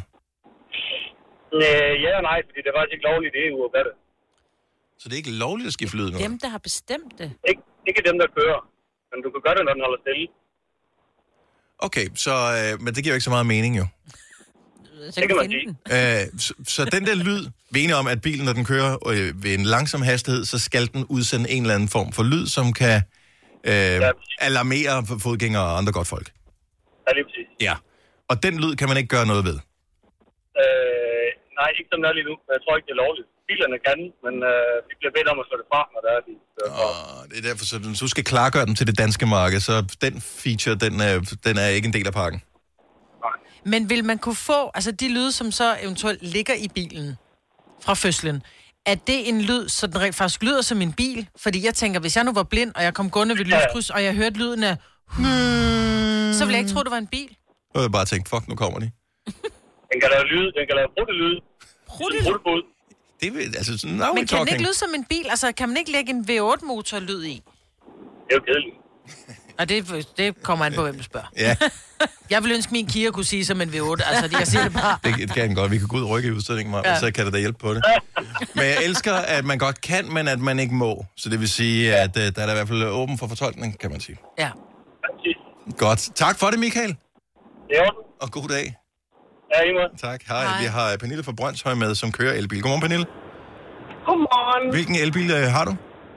Ja og nej, fordi det er faktisk ikke lovligt i E U at gøre det. Så det er ikke lovligt at skifte lyden? Dem, der har bestemt det? Ik- ikke dem, der kører. Men du kan gøre det, når den holder stille. Okay, så, øh, men det giver jo ikke så meget mening, jo. Så det kan man sige. Øh, så, så den der lyd, vi er enige om, at bilen, når den kører øh, ved en langsom hastighed, så skal den udsende en eller anden form for lyd, som kan øh, ja, alarmere fodgængere og andre godt folk. Ja, lige præcis. Ja, og den lyd kan man ikke gøre noget ved? Øh, nej, ikke som det er lige nu. Jeg tror ikke, det er lovligt. Bilerne kan, men øh, vi bliver bedt om at slå det fra, når der er de. Og det er derfor, så du skal klargøre dem til det danske marked, så den feature, den er, den er ikke en del af pakken. Nej. Men vil man kunne få, altså de lyde, som så eventuelt ligger i bilen fra fødslen, er det en lyd, så den rent faktisk lyder som en bil? Fordi jeg tænker, hvis jeg nu var blind, og jeg kom gående ved lyskryds, og jeg hørte lyden af hmm, så ville jeg ikke tro, det var en bil. Så jeg bare tænkt, fuck, nu kommer de. Den kan lave lyd, den kan lave brudtelyd. Brudtelyd? Det vil, altså sådan, no, men kan den ikke lyde som en bil? Altså, kan man ikke lægge en V otte motor lyd i? Det er jo kedeligt. Og det, det kommer an på, hvem du spørger. Ja. Jeg vil ønske, min Kia kunne sige som en V otte. Altså, jeg siger det bare. Det, det kan godt. Vi kan gå ud og rykke i udstillingen, ja. Så kan det da hjælpe på det. Men jeg elsker, at man godt kan, men at man ikke må. Så det vil sige, at uh, der er der i hvert fald åben for fortolkning, kan man sige. Ja. Godt. Tak for det, Michael. Ja. Og god dag. Ja, i måde. Tak. Hej. Hej. Vi har Pernille fra Brøndshøj med, som kører elbil. Godmorgen, Pernille. Godmorgen. Hvilken elbil uh, har du?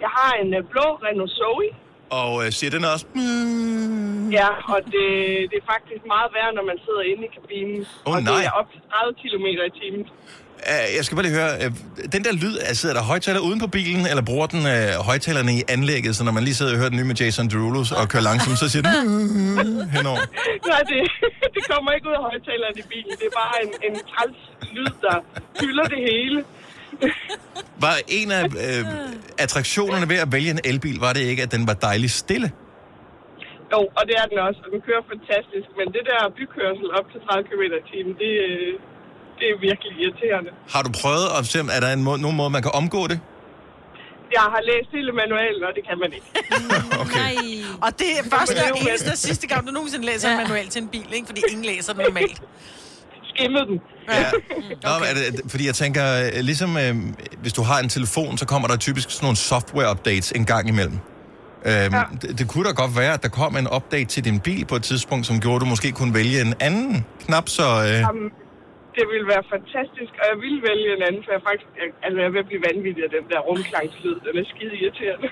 Jeg har en uh, blå Renault Zoe. Og øh, siger den også? Ja, og det, det er faktisk meget værre, når man sidder inde i kabinen. Åh, og nej. det er op til tredive kilometer i timen. Uh, jeg skal bare lige høre, uh, den der lyd, uh, sidder der højtaler uden på bilen, eller bruger den uh, højtalerne i anlægget, så når man lige sidder og hører den nye med Jason Derulo og kører langsomt, så siger den henover? Nej, det, det kommer ikke ud af højtalerne i bilen. Det er bare en, en træls lyd, der fylder det hele. Var en af øh, attraktionerne ved at vælge en elbil, var det ikke, at den var dejligt stille? Jo, og det er den også, og den kører fantastisk. Men det der bykørsel op til tredive kilometer i timen, det, det er virkelig irriterende. Har du prøvet at se, er der en måde, nogen måde, man kan omgå det? Jeg har læst hele manualen, og det kan man ikke. Okay. Nej. Og det er første og eneste og sidste gang, du nogensinde læser en manual til en bil, ikke? Fordi ingen læser den normalt. Skimmede den. Ja. Nå, okay. er det, fordi jeg tænker, ligesom øh, hvis du har en telefon, så kommer der typisk sådan nogle software-updates en gang imellem. Øh, ja. det, det kunne da godt være, at der kom en update til din bil på et tidspunkt, som gjorde, at du måske kunne vælge en anden knap, så... Øh... Jamen, det ville være fantastisk, og jeg ville vælge en anden, for jeg faktisk jeg, altså, jeg er ved at blive vanvittig af den der rumklangslyd. Den er skide irriterende.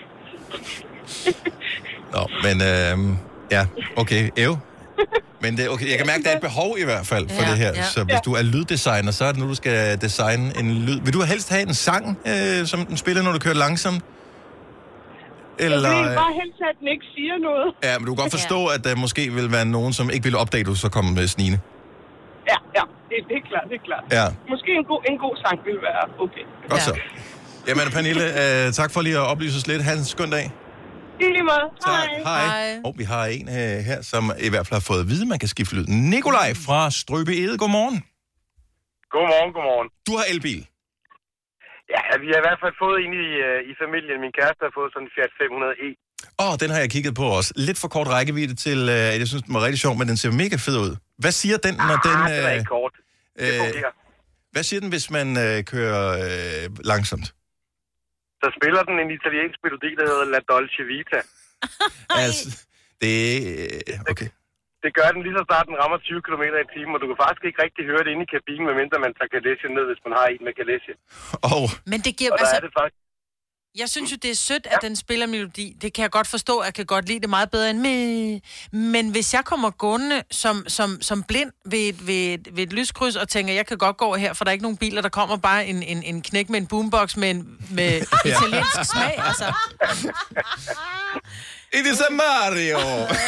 Nå, men øh, ja, okay, Ev. Men det, okay, jeg kan mærke, at der er et behov i hvert fald for ja, det her. Ja. Så hvis du er lyddesigner, så er det nu, du skal designe en lyd. Vil du helst have en sang, øh, som den spiller, når du kører langsomt? Eller... Jeg vil bare helst, at den ikke siger noget. Ja, men du kan godt forstå, at der måske vil være nogen, som ikke vil opdage, du så kommer med snigende. Ja, ja, det, det er klart, det er klart. Ja. Måske en god, en god sang vil være okay. Godt så. Jamen, Pernille, øh, tak for lige at oplyse os lidt. Ha' en skøn dag. I lige måde. Tak. Hej. Hej. Og vi har en øh, her, som i hvert fald har fået at vide, man kan skifte lyden. Nikolaj fra Strøbe Ede, godmorgen. Godmorgen, godmorgen. Du har elbil. Ja, vi har i hvert fald fået en i, uh, i familien. Min kæreste har fået sådan en Fiat fem hundrede e. Åh, oh, den har jeg kigget på også. Lidt for kort rækkevidde til, uh, jeg synes, den var rigtig sjov, men den ser mega fed ud. Hvad siger den, når ah, den... Ah, den er ikke kort. Det fungerer. Hvad siger den, hvis man uh, kører uh, langsomt? Så spiller den en italiensk melodi, der hedder La Dolce Vita. Altså, det er... Okay. Det gør den lige så snart den rammer tyve kilometer i timen, og du kan faktisk ikke rigtig høre det inde i kabinen, medmindre man tager kalesje ned, hvis man har en med kalesje. Oh. Men det giver... Og altså, er det faktisk... Jeg synes jo, det er sødt, at den spiller melodi. Det kan jeg godt forstå. Jeg kan godt lide det meget bedre end med. Men hvis jeg kommer gående som, som, som blind ved et, ved, et, ved et lyskryds og tænker, jeg kan godt gå her, for der er ikke nogen biler, der kommer bare en, en, en knæk med en boombox med, en, med italiensk smag, altså... It is a Mario!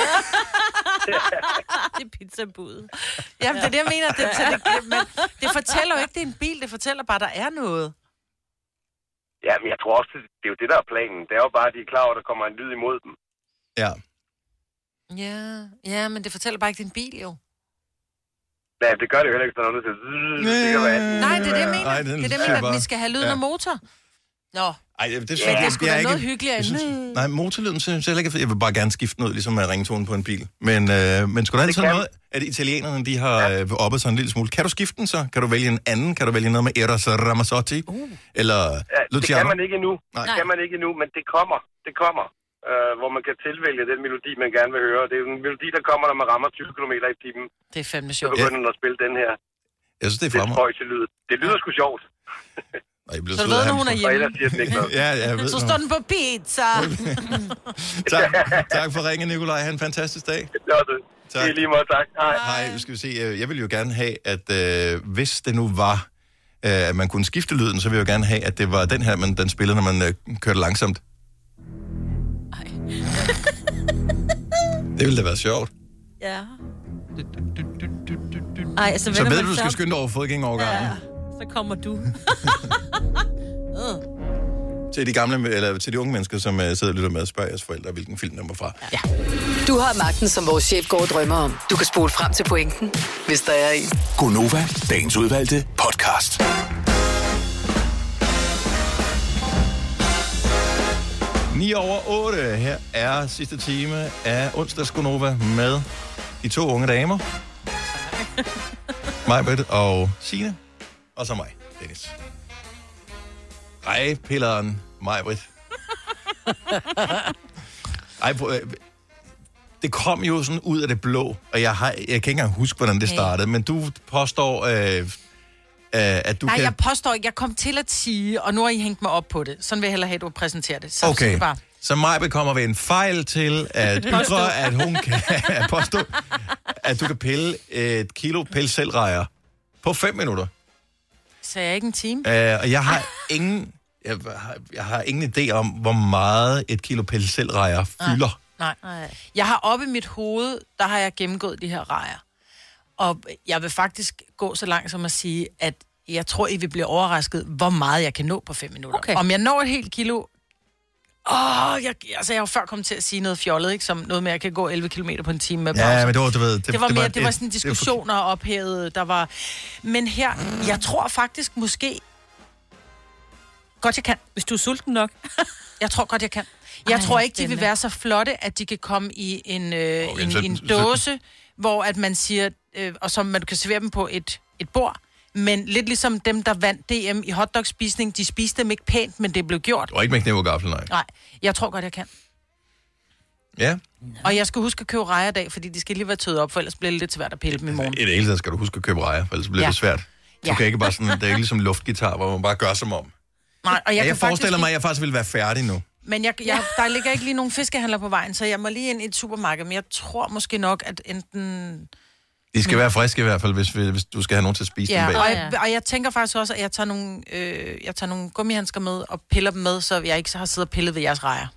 Det er pizzabud. Jamen, det er det, jeg mener. Det, det, det, men det fortæller jo ikke, det er en bil. Det fortæller bare, der er noget. Ja, men jeg tror også, det er jo det, der er planen. Det er jo bare, at de er klar over, at der kommer en lyd imod dem. Ja. Ja, ja, men det fortæller bare ikke, det er en bil, jo. Nej, det gør det jo heller ikke, sådan noget, der siger... Nej, det er det, jeg mener. Nej, det er det, jeg mener, at vi skal have lyden af motor. Nå. Ej, det, det, ja, det skulle være noget hyggeligere end... Synes, nej, motorlyden synes jeg ikke, jeg vil bare gerne skifte den ud, ligesom med ringtonen på en bil. Men, øh, men skulle der altid noget, at italienerne, de har ja. øh, oppet sig en lille smule. Kan du skifte den så? Kan du vælge en anden? Kan du vælge noget med Eros Ramazzotti? Uh. Eller ja, Luciano? Det kan man ikke endnu. Nej. Det kan man ikke endnu, men det kommer. Det kommer. Øh, hvor man kan tilvælge den melodi, man gerne vil høre. Det er en melodi, der kommer, når man rammer tyve kilometer i timen. Det er fandme sjovt. Så begynder man at spille den her. Jeg synes, det er fremragende. Det er lyd. Det lyder sgu sjovt. Og I så du ved, når hun er hjemme. Ja, jeg ved, så står den på pizza. tak, tak for ringen, Nikolaj. Ha' en fantastisk dag. Det er det. Tak. Det er lige meget, tak. Hej. Hej, skal vi se. Jeg vil jo gerne have, at øh, hvis det nu var, øh, at man kunne skifte lyden, så vil jeg jo gerne have, at det var den her, men den spiller, når man øh, kørte langsomt. Ej. Det ville da være sjovt. Ja. Ej, så, så ved du, du skal skynde over fodgængerovergangen. Ja. Så kommer du. uh. Til de gamle, eller til de unge mennesker, som uh, sidder og lytter med og spørger jeres forældre, hvilken film den var fra. Ja. Du har magten, som vores chef går og drømmer om. Du kan spole frem til pointen, hvis der er en. Gonova, dagens udvalgte podcast. ni over otte. Her er sidste time af onsdags Gonova med de to unge damer. Majbrit og Signe. Og så mig, Dennis. Ej, pilleren, Majbrit. Ej, det kom jo sådan ud af det blå, og jeg, har, jeg kan ikke engang huske, hvordan det startede, men du påstår, øh, at du Nej, kan... jeg påstår ikke. Jeg kom til at sige, og nu har I hængt mig op på det. Sådan vil jeg hellere have, at du præsenterer det. Så, Okay, så, bare... så Majbe kommer ved en fejl til at ytre, at hun kan påstå, at du kan pille et kilo pelsselrejer på fem minutter. Så jeg ikke en time? Uh, og jeg har ingen... Jeg har, jeg har ingen idé om, hvor meget et kilo pelsselrejer fylder. Nej. Nej. Jeg har oppe i mit hoved, der har jeg gennemgået de her rejer. Og jeg vil faktisk gå så langt som at sige, at jeg tror, I vil blive overrasket, hvor meget jeg kan nå på fem minutter. Okay. Om jeg når et helt kilo... Åh, jeg, altså jeg har jo før kommet til at sige noget fjollet, ikke? Som noget med, at jeg kan gå elleve kilometer på en time med pause. Ja, men det var, du ved... Det, det var mere, det var, det var sådan det, diskussioner det var ophævet, der var... Men her, jeg tror faktisk måske... Godt, jeg kan. Hvis du er sulten nok. Jeg tror godt, jeg kan. Jeg Ej, tror ikke, de spændende. vil være så flotte, at de kan komme i en, øh, Okay, en, så- en så- dåse, hvor at man siger, øh, og som man kan servere dem på et, et bord. Men lidt ligesom dem, der vandt D M i hotdogspisning, de spiste dem ikke pænt, men det blev gjort. Det var ikke med kniv og gaffel, nej. Nej, jeg tror godt, jeg kan. Ja. Og jeg skal huske at købe rejer i dag, fordi de skal lige være tøet op, for ellers bliver det lidt svært at pille dem i morgen. I det hele taget skal du huske at købe rejer, for ellers bliver Ja. det svært. Du Ja. kan ikke bare sådan... Det er ikke ligesom luftgitar, hvor man bare gør som om. Nej, og jeg, Jeg, jeg kan forestiller faktisk mig, at jeg faktisk ville være færdig nu. Men jeg, jeg, der ligger ikke lige nogen fiskehandler på vejen, så jeg må lige ind i et supermarked. Men jeg tror måske nok, at enten... De skal være friske i hvert fald, hvis, hvis du skal have nogen til at spise Ja, dem og bag. jeg, og jeg tænker faktisk også, at jeg tager nogle, øh, jeg tager nogle gummihandsker med og piller dem med, så jeg ikke så har siddet og pillet ved jeres rejer.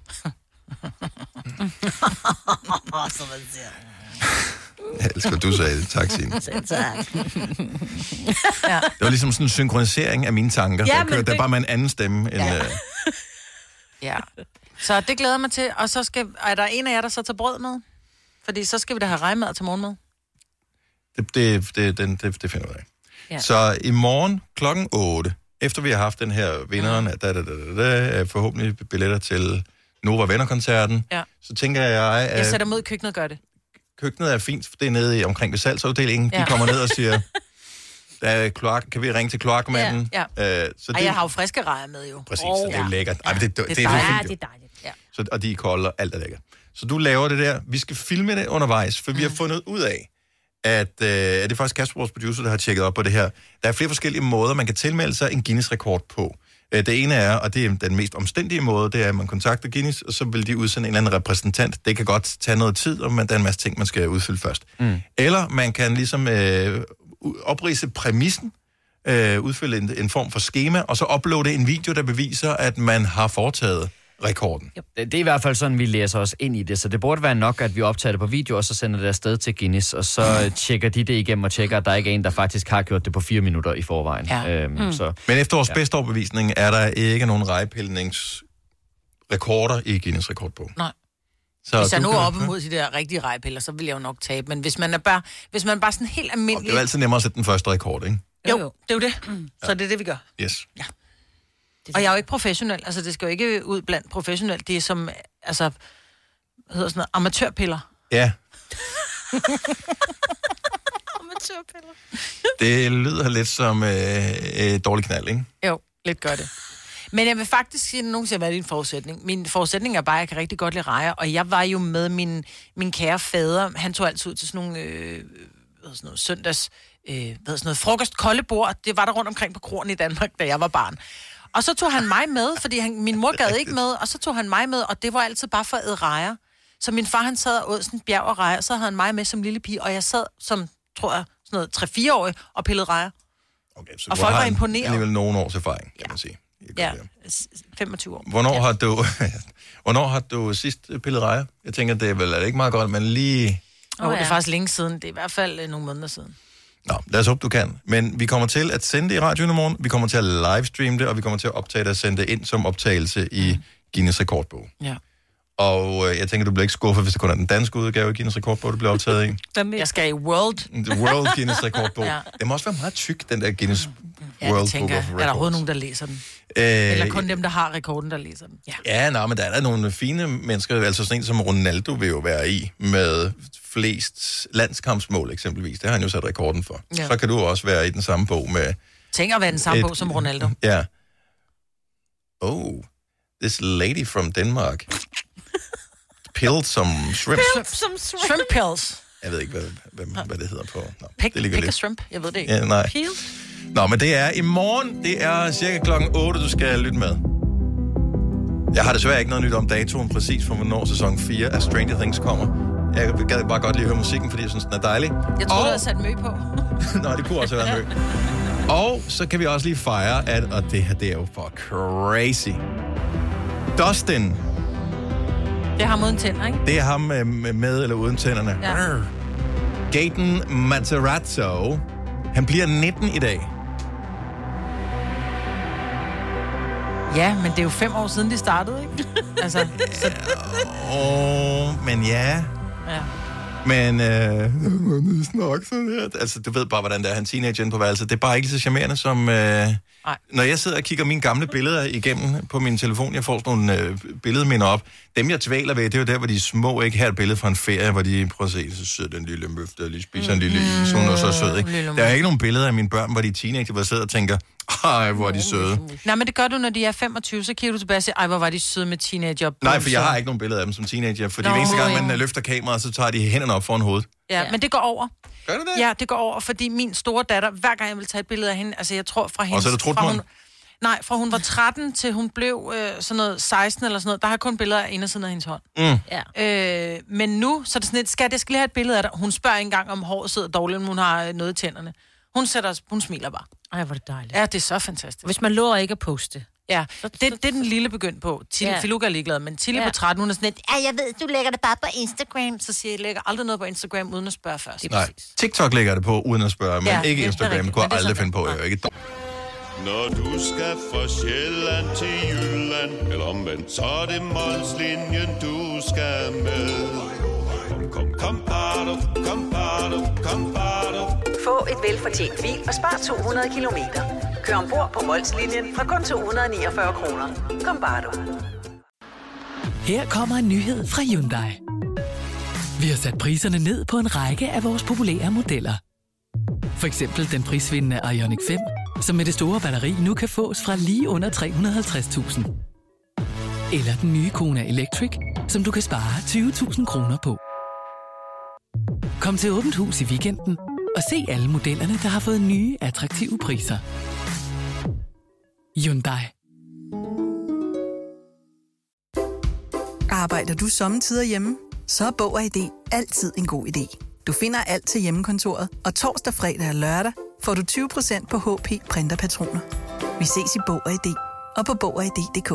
Så man siger. Jeg elsker, du sagde det. Tak, Signe. Selv tak. Ja. Det var ligesom sådan en synkronisering af mine tanker. Ja, der, men kører, det- der er bare med en anden stemme. End, Ja. øh, Ja. Så det glæder jeg mig til. Og så skal, er der en af jer, der så tager brød med? Fordi så skal vi da have rejmad til morgenmad. det, det, det, det, det, det finder vi af. Ja. Så i morgen klokken otte, efter vi har haft den her vinderen, da, da, da, da, da, forhåbentlig billetter til Nova Venner-koncerten, Ja. så tænker jeg, Jeg at sætter mod i køkkenet og gør det. køkkenet er fint, for det er nede i, omkring ved salgsafdelingen. Ja. Ja. De kommer ned og siger, der er kloak, kan vi ringe til kloakmanden? Ja, Øh, så Ej, jeg har jo friske rejer med jo. Præcis, så det er jo lækkert. Ej, men det, det, det, det er er så dejligt. fint, jo. Ja, det er dejligt. Ja. Så, og de er kolde, og alt er lækkert. Så du laver det der. Vi skal filme det undervejs, for mm. vi har fundet ud af, at øh, det er faktisk Kasper, vores producer, der har tjekket op på det her. Der er flere forskellige måder, man kan tilmelde sig en Guinness-rekord på. Øh, det ene er, og det er den mest omstændige måde, det er, at man kontakter Guinness, og så vil de udsende en eller anden repræsentant. Det kan godt tage noget tid, og man, der er en masse ting, man skal udfylde først. Mm. Eller man kan ligesom øh, oprise præmissen, øh, udfylde en, en form for schema, og så uploade en video, der beviser, at man har foretaget rekorden. Det, det er i hvert fald sådan, vi læser os ind i det, så det burde være nok, at vi optager det på video, og så sender det afsted til Guinness, og så tjekker de det igennem og tjekker, at der ikke er en, der faktisk har gjort det på fire minutter i forvejen. Ja. Øhm, Mm. så, Men efter vores ja. bedste overbevisning er der ikke nogen rejepilningsrekorder i Guinness rekordbog. Nej. Så Hvis jeg du nu er kan- oppe mod de der rigtige rejepiller, så vil jeg jo nok tabe. Men hvis man er bare, hvis man er bare sådan helt almindelig... Det er jo altid nemmere at sætte den første rekord, ikke? Jo, det er jo det. Mm. Så det er det, vi gør. Yes. Og jeg er jo ikke professionel. Altså, det skal jo ikke ud blandt professionelt. Det er som, altså, hvad hedder sådan noget, amatørpiller. Ja, Amatørpiller. det lyder lidt som øh, et dårligt knald, ikke? Jo, lidt gør det. Men jeg vil faktisk sige, at nogen siger, hvad er din forudsætning? Min forudsætning er bare, at jeg kan rigtig godt lide rejer, og jeg var jo med min, min kære fader. Han tog altid ud til sådan nogle øh, hvad hedder sådan noget, søndags øh, hvad hedder sådan noget, frokost, kolde bord. Det var der rundt omkring på kronen i Danmark, da jeg var barn. Og så tog han mig med, fordi han, min mor gad ikke med, og så tog han mig med, og det var altid bare for at æde rejer. Så min far, han sad og åd sådan en bjerg af rejer, så havde han mig med som lille pige, og jeg sad som, tror jeg, sådan noget tre-fire-årig og pillede rejer. Okay, så Og du folk har var en- imponeret. alligevel nogle års erfaring, kan man sige. Ja, s- femogtyve år. Hvornår har du, hvornår har du sidst pillet rejer? Jeg tænker, det er vel er det ikke meget godt, men lige... Oh, ja. Det er faktisk længe siden. Det er i hvert fald øh, nogle måneder siden. Nå, lad os håbe, du kan. Men vi kommer til at sende det i radioen i morgen, vi kommer til at livestreame det, og vi kommer til at optage det og sende det ind som optagelse i Guinness rekordbog. Ja. Og øh, jeg tænker, du bliver ikke skuffet, hvis det kun er den danske udgave af Guinness rekordbog, du bliver optaget i. Jeg skal i World. The World Guinness rekordbog. Ja. Det må også være meget tyk, den der Guinness Ja, World det tænker Book jeg. of Er der Records. overhovedet nogen, der læser den? Øh, Eller kun dem, der har rekorden, der læser den? Ja. Ja, nej, men der er der nogle fine mennesker, altså sådan en som Ronaldo vil jo være i, med flest landskampsmål eksempelvis. Det har han jo sat rekorden for. Ja. Ja. Så kan du også være i den samme bog med... Tænk at være den samme Et- bog som Ronaldo. Ja. Oh, this lady from Denmark pilled some shrimp. Some shrimp. Shrimp pills. Jeg ved ikke, hvad, hvad, hvad det hedder på. Nå, Pick, det ligger pick a lidt. shrimp. Jeg ved det ikke. Ja, nej. Peel? Nå, men det er i morgen. Det er cirka klokken otte, du skal lytte med. Jeg har desværre ikke noget nyt om datoen præcis for, hvornår sæson fire af Stranger Things kommer. Jeg gad bare godt lige høre musikken, fordi jeg synes, den er dejlig. Jeg troede, du havde sat mø på. Nå, det kunne også have været mø. Og så kan vi også lige fejre, at, og det her, det er jo for crazy. Dustin. Det er ham uden tænder, ikke? Det er ham med, med eller uden tænderne. Ja. Gaten Matarazzo. Han bliver nitten i dag. Ja, men det er jo fem år siden, de startede, ikke? altså, så... Åh, men ja. Ja. Men, øh, snak sådan her. Altså, du ved bare, hvordan det er, han teenager på værelset. Det er bare ikke så charmerende som... Øh, når jeg sidder og kigger mine gamle billeder igennem på min telefon, jeg får sådan nogle øh, billedminder op. Dem, jeg tvæler ved, det er jo der, hvor de små ikke har et billede fra en ferie, hvor de prøver at se, så sød den lille møf, der lige spiser mm. en lille is, hun er så sød, ikke? Der er ikke nogen billeder af mine børn, hvor de er teenager, hvor jeg sidder og tænker, ej, hvor er de søde. Nej, men det gør du, når de er femogtyve, så kigger du tilbage og siger, ej, hvor var de søde med teenager. Nej, for jeg har ikke nogen billeder af dem som teenager, fordi hver eneste gang, man løfter kameraet, så tager de hænderne op foran hovedet. Ja, ja, men det går over. Gør det det? Ja, det går over, fordi min store datter, hver gang jeg vil tage et billede af hende, altså jeg tror fra hende... Og så er det Trutmund? Nej, fra hun var tretten til hun blev øh, sådan noget seksten eller sådan noget, der har jeg kun billeder af indersiden af hendes hånd. Mm. Ja. Øh, men nu, så er det sådan lidt, skal jeg skal lige have et billede af dig? Hun spørger ikke engang, om håret sidder dårligt, om hun har noget i tænderne. Hun sætter, hun smiler bare. Ej, hvor er det dejligt. Ja, det er så fantastisk. Hvis man lover ikke at poste. Ja, det, det er den lille begyndt på. Tilly, ja. Filuka er ligeglad, men Tilly ja. På tretten, hun er sådan lidt, ja, jeg ved, du lægger det bare på Instagram. Så siger jeg, jeg lægger aldrig noget på Instagram, uden at spørge først. Nej, TikTok lægger det på, uden at spørge, men ja, ikke Instagram. Det kunne jeg aldrig finde på, jeg er ikke dog. Når du skal fra Sjælland til Jylland, eller omvendt, så er det Molslinjen, du skal med. Kom, kom, kom, bado, kom, bado, kom, bado. Få et velfortjent bil og spar to hundrede kilometer. Kør ombord på Molslinjen fra kun to hundrede niogfyrre kroner. Kom, bado. Her kommer en nyhed fra Hyundai. Vi har sat priserne ned på en række af vores populære modeller. For eksempel den prisvindende Ioniq fem, som med det store batteri nu kan fås fra lige under tre hundrede og halvtreds tusind. Eller den nye Kona Electric, som du kan spare tyve tusind kroner på. Kom til Åbent Hus i weekenden og se alle modellerne, der har fået nye, attraktive priser. Hyundai. Arbejder du sommetider hjemme? Så er Bog og I D altid en god idé. Du finder alt til hjemmekontoret, og torsdag, fredag og lørdag får du tyve procent på H P printerpatroner. Vi ses i Bog og I D og på bog og i d punktum d k.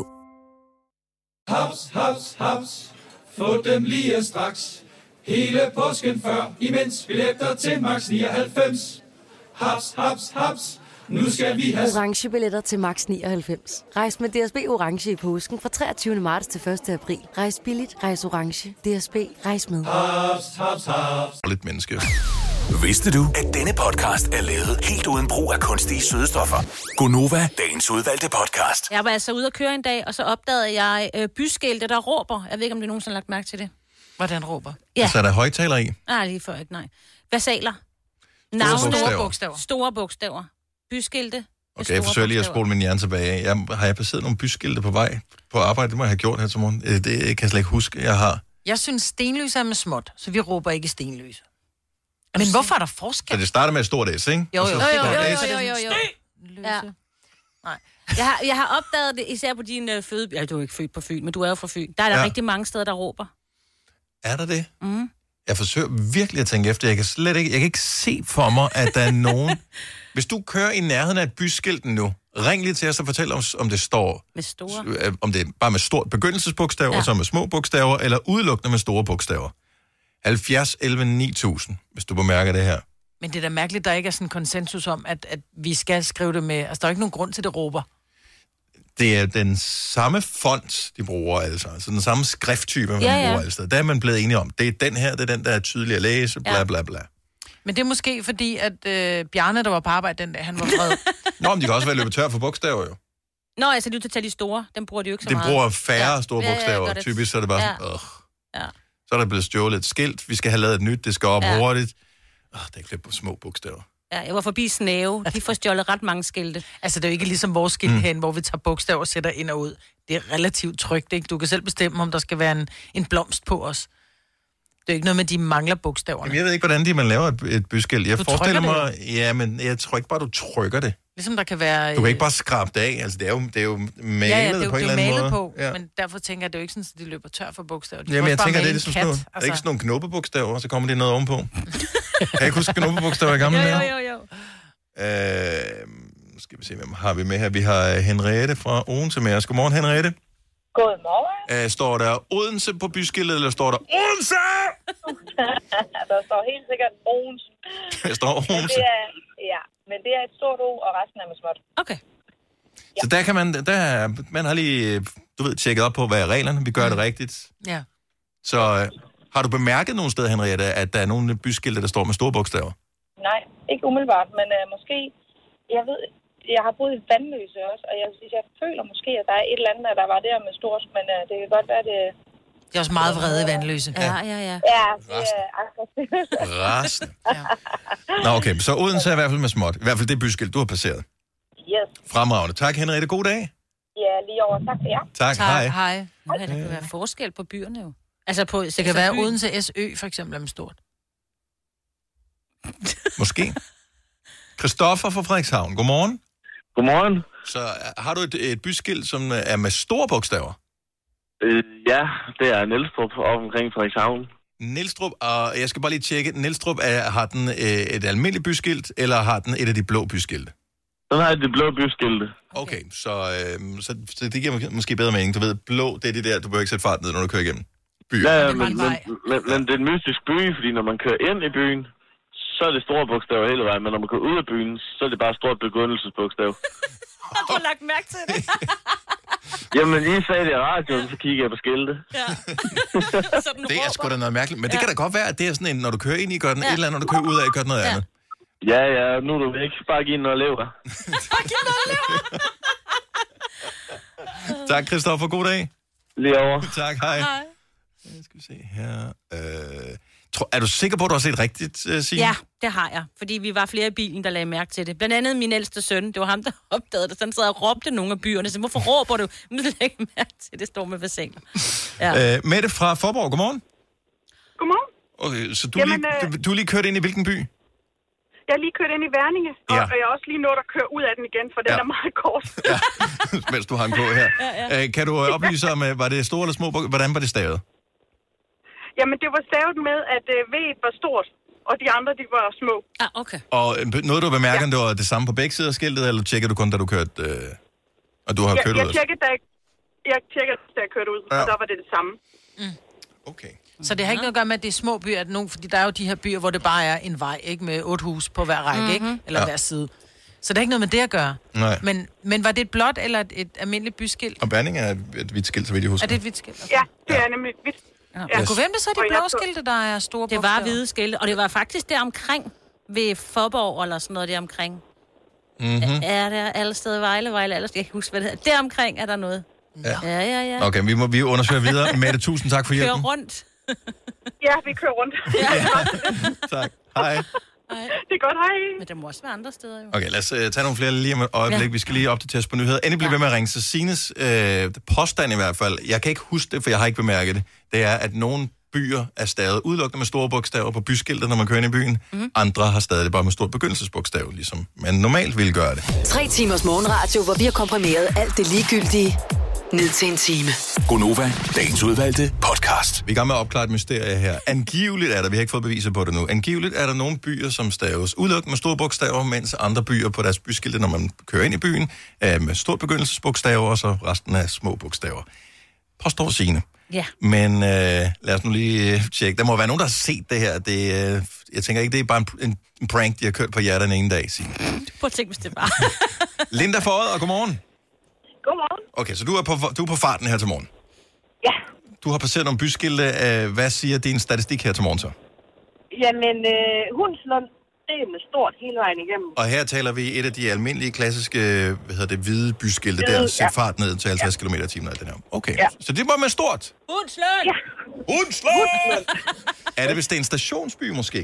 Haps, haps, haps. Få dem lige straks. Hele påsken før, imens billetter til max nioghalvfems. Haps, haps, haps. Nu skal vi have... Orange billetter til max nioghalvfems. Rejs med D S B Orange i påsken fra treogtyvende marts til første april. Rejs billigt, rejs orange. D S B, rejs med. Haps, haps, haps. Lidt menneske. Vidste du, at denne podcast er lavet helt uden brug af kunstige sødestoffer? Gonova, dagens udvalgte podcast. Jeg var altså ude at køre en dag, og så opdagede jeg øh, byskilte, der råber. Jeg ved ikke, om det nogensinde har lagt mærke til det. Hvordan råber? Ja. Så er der højtaler i? Nej, lige før ikke, nej. Versaler. Navne. Store bogstaver. Store bogstaver. Byskilte. Okay, jeg forsøger lige at spole min hjerne tilbage. Jeg, har jeg passeret nogle byskilte på vej på arbejde? Det må jeg have gjort her til morgen. Det kan jeg slet ikke huske, jeg har. Jeg synes, stenlys er med småt, så vi råber ikke stenlys. Men hvorfor er der forskel? Så det starter med et stort S, ikke? Jo, jo, jo, jo, jo, jo, jo, jo. Ja. Nej. Jeg har, jeg har opdaget det, især på din uh, føde... Ja, du er ikke født på Fyn, men du er jo fra Fyn. Der er der ja. rigtig mange steder, der råber. Er der det? Mm. Jeg forsøger virkelig at tænke efter. Jeg kan slet ikke, jeg kan ikke se for mig, at der er nogen... Hvis du kører i nærheden af et byskilt nu, ring lige til os og fortæl os, om det står... Med store. Om det er bare med stort begyndelsesbogstaver, ja. Så med små bogstaver, eller udelukkende med store bogstaver. halvfjerds elleve ni tusind, hvis du bemærker det her. Men det er da mærkeligt, der ikke er sådan en konsensus om, at, at vi skal skrive det med... Altså, der er ikke nogen grund til, det råber. Det er den samme font, de bruger altså. Altså den samme skrifttype, man ja, ja. bruger altså. Der er man blevet enige om. Det er den her, det er den, der er tydelig at læse, bla bla bla. Men det er måske fordi, at øh, Bjarne, der var på arbejde den dag, han var vred. Nå, men de kan også være løbet tør for bogstaver, jo. Nå, altså, du tager de store. Dem bruger de jo ikke så de meget. De bruger færre ja. store bogstaver. Ja, ja, typisk så er det bare ja. sådan, åh. Ja. Så er der blevet stjålet et skilt. Vi skal have lavet et nyt. Det skal op ja. hurtigt. Åh, det er klebt på små bogstaver. Ja, jeg var forbi Snæve. De får stjålet ret mange skilte. Altså, det er jo ikke ligesom vores skilt mm. hen, hvor vi tager bogstaver og sætter ind og ud. Det er relativt trygt, ikke? Du kan selv bestemme, om der skal være en, en blomst på os. Det er ikke noget med, at de mangler bogstaverne. Jamen, jeg ved ikke, hvordan de man laver et, et byskilt. Jeg Du forestiller trykker mig... Ja, men jeg tror ikke bare, du trykker det. Ligesom der kan være... Du kan ikke bare skrabe det af. Altså, det er jo, det er jo malet ja, ja, det er jo, på en det er eller anden malet måde. På, ja. Men derfor tænker jeg, at det er jo ikke sådan, at de løber tør for bogstaver. De Jamen, jeg tænker, det er ligesom sådan noget. Altså... Det er ikke sådan nogle knoppebogstaver, og så kommer det noget ovenpå. Kan jeg ikke huske knoppebogstaver i gamle dage? Jo, jo, jo. Øh, nu skal vi se, hvem har vi med her. Vi har Henriette fra Odense med os. Godmorgen, Henriette. Godmorgen. Øh, står der Odense på byskiltet, eller står der Odense? Der står helt sikkert Odense. Der står Odense. Det er, ja, men det er et stort O, og resten er med småt. Okay. Så der kan man, der, man har lige, du ved, tjekket op på, hvad er reglerne. Vi gør mm. det rigtigt. Ja. Så øh, har du bemærket nogle steder, Henriette, at der er nogle byskilte, der står med store bogstaver? Nej, ikke umiddelbart, men uh, måske, jeg ved, jeg har boet i Vandløse også, og jeg, jeg føler måske, at der er et eller andet, der var der med stort, men uh, det kan godt være, det... Det er også meget vrede i Vandløse. Ja, ja, ja. Ja, det er aggressivt. Resten. Nå, okay, så Odense er i hvert fald med småt. I hvert fald det byskilt, du har passeret. Yes. Fremragende. Tak, Henriette. God dag. Ja, lige over. Tak for jer. Tak, hej. Hej. Ja, der kan være forskel på byerne jo. Altså på... Det kan være Odense S Ø, for eksempel, er med stort. Måske. Christoffer fra Frederikshavn. Godmorgen. Godmorgen. Så har du et, et byskilt, som er med store bogstaver? Øh, ja, det er Nielstrup oppe omkring Frederikshavn. Nielstrup, og jeg skal bare lige tjekke. Nielstrup, er, har den øh, et almindeligt byskilt, eller har den et af de blå byskilte? Den har det blå byskilte. Okay, så, øh, så, så det giver måske bedre mening. Du ved, blå, det er det der, du behøver ikke sætte fart ned, når du kører igennem byen. Ja, ja, men, men, men, men det er en mystisk by, fordi når man kører ind i byen, så er det store bogstaver hele vejen, men når man går ud af byen, så er det bare stort begyndelsesbogstav. Har du lagt mærke til det? Jamen, I sagde det i radioen, så kigger jeg på skilte. Ja. Det er sgu da noget mærkeligt. Men det ja. kan da godt være, at det er sådan en, når du kører ind i, gør den ja. et eller andet, når du kører ud af, gør den noget ja. andet. Ja, ja, nu er du væk. Bare giv den noget lever. Bare giv noget lever. Tak, Christoffer. God dag. Lige over. Tak, hej. Hej. Skal vi se her. Øh... Er du sikker på, at du har set rigtigt, uh, Signe? Ja, det har jeg. Fordi vi var flere i bilen, der lagde mærke til det. Blandt andet min ældste søn. Det var ham, der opdagede det. Så han sad og råbte nogle af byerne. Så hvorfor råber du? Nu lægger jeg mærke til, det står med fasaner. Ja. Øh, Mette fra Forborg, godmorgen. Godmorgen. Okay, så du, Jamen, lige, du, du er lige kørt ind i hvilken by? Jeg er lige kørt ind i Værninge, og, ja. og jeg er også lige nået at køre ud af den igen, for den ja. er meget kort. Ja, mens du hang på her. Ja, ja. Øh, kan du oplyse om, var det store eller små? Hvordan var det stavet? Jamen, det var stavet med, at øh, V'et var stort, og de andre, de var små. Ah, okay. Og noget, du bemærker, ja. det var det samme på begge sider af skiltet, eller tjekker du kun, da du kørte, øh, og du har jeg, kørt jeg ud? Tjekkede, da jeg, jeg tjekkede, da jeg kørte ud, ja. og der var det det samme. Mm. Okay. Så det har ikke noget at gøre med, at det er små byer, at nogen, fordi der er jo de her byer, hvor det bare er en vej, ikke, med otte hus på hver række, mm-hmm. ikke? Eller ja. hver side. Så det har ikke noget med det at gøre. Nej. Men, men var det et blåt eller et, et almindeligt byskilt? Og Berning er et, et hvidt skilt, så vidt jeg husker. Er det et hvidt skilt? Okay. Ja, det ja. er nemlig et hvidt. Ja. Jeg kunne hvem det så er de blå skilte, der er store Det var hvide skilte, og det var faktisk der omkring ved Forborg, eller sådan noget der omkring. Mm-hmm. Er der alle steder Vejle, Vejle, alle steder, jeg kan ikke huske, hvad det hedder. Der omkring er der noget. Ja, ja, ja. ja. Okay, vi må vi undersøge videre. Mette, tusind tak for hjælpen. Kører rundt. Ja, vi kører rundt. Ja. Tak. Hej. Det er godt, hej. Men der må også være andre steder, jo. Okay, lad os uh, tage nogle flere lige om et øjeblik. Ja. Vi skal lige opdatere os på nyheder. Endelig bliver ja. ved med at ringe. Så Sines øh, påstand i hvert fald, jeg kan ikke huske det, for jeg har ikke bemærket det, det er, at nogle byer er stadig udelukkende med store bogstaver på byskiltet, når man kører ind i byen. Mm. Andre har stadig bare med stort begyndelsesbogstav, ligesom man normalt ville gøre det. Tre timers morgenradio, hvor vi har komprimeret alt det ligegyldige ned til en time. Gonova, dagens udvalgte podcast. Vi er i gang med at opklare et mysterie her. Angiveligt er der, vi har ikke fået beviser på det nu, angiveligt er der nogle byer, som staves udelukkende med store bogstaver, mens andre byer på deres byskilte, når man kører ind i byen, er med stort begyndelsesbogstaver, og så resten af små bogstaver. Påstår Signe. Ja. Men øh, lad os nu lige øh, tjekke. Der må være nogen, der har set det her. Det, øh, jeg tænker ikke, det er bare en, en prank, de har kørt på jer den ene dag, Signe. Prøv at tænke, hvis det var. Linda Forret, og godmorgen. Godmorgen. Okay, så du er på, du er på farten her til morgen? Ja. Du har passeret nogle byskilte. Hvad siger din statistik her til morgen så? Jamen, øh, Hundslund, det er med stort hele vejen igennem. Og her taler vi et af de almindelige, klassiske, hvad hedder det, hvide byskilte, der sæt ja. fart ned til halvtreds ja. kilometer i timen. Okay, ja. Så det var med stort? Hundslund! Ja. Hundslund! Er det vist en stationsby måske?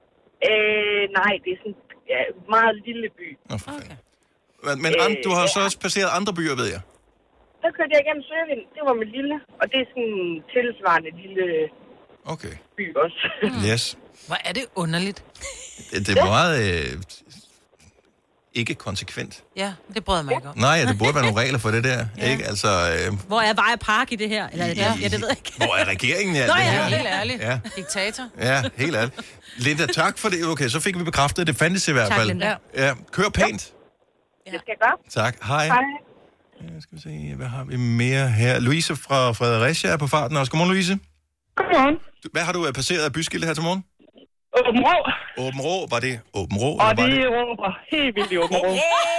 Øh, nej, det er sådan en ja, meget lille by. Nå, for okay. Men, men øh, du har ja. så også passeret andre byer, ved jeg. Så kørte jeg igennem Søvind. Det var med lille, og det er sådan en tilsvarende lille Okay. by også. Yes. Hvor er det underligt. Det, det er meget øh, ikke konsekvent. Ja, det bryder mig ikke om. Nej, det burde være nogle regler for det der. Ja. Ikke? Altså, øh, Hvor er Vej Park i det her? Eller, ja. ja, det ved jeg ikke. Hvor er regeringen i alt Nå, det ja, her? Helt ærligt. Ja. Diktator. Ja, helt ærligt. Linda, tak for det. Okay, så fik vi bekræftet, at det fandtes i hvert Tak, fald. Linda. Ja, kør pænt. Ja. Det skal jeg gøre. Tak. Hej. Hej. Ja, skal vi se, hvad har vi mere her? Louise fra Fredericia er på farten også. Godmorgen, Louise. Godmorgen. Hvad har du passeret af byskilte her til morgen? Åben Rå. Åben Rå, var det Åben Rå? Og eller var det råber helt vildt i Åben Rå.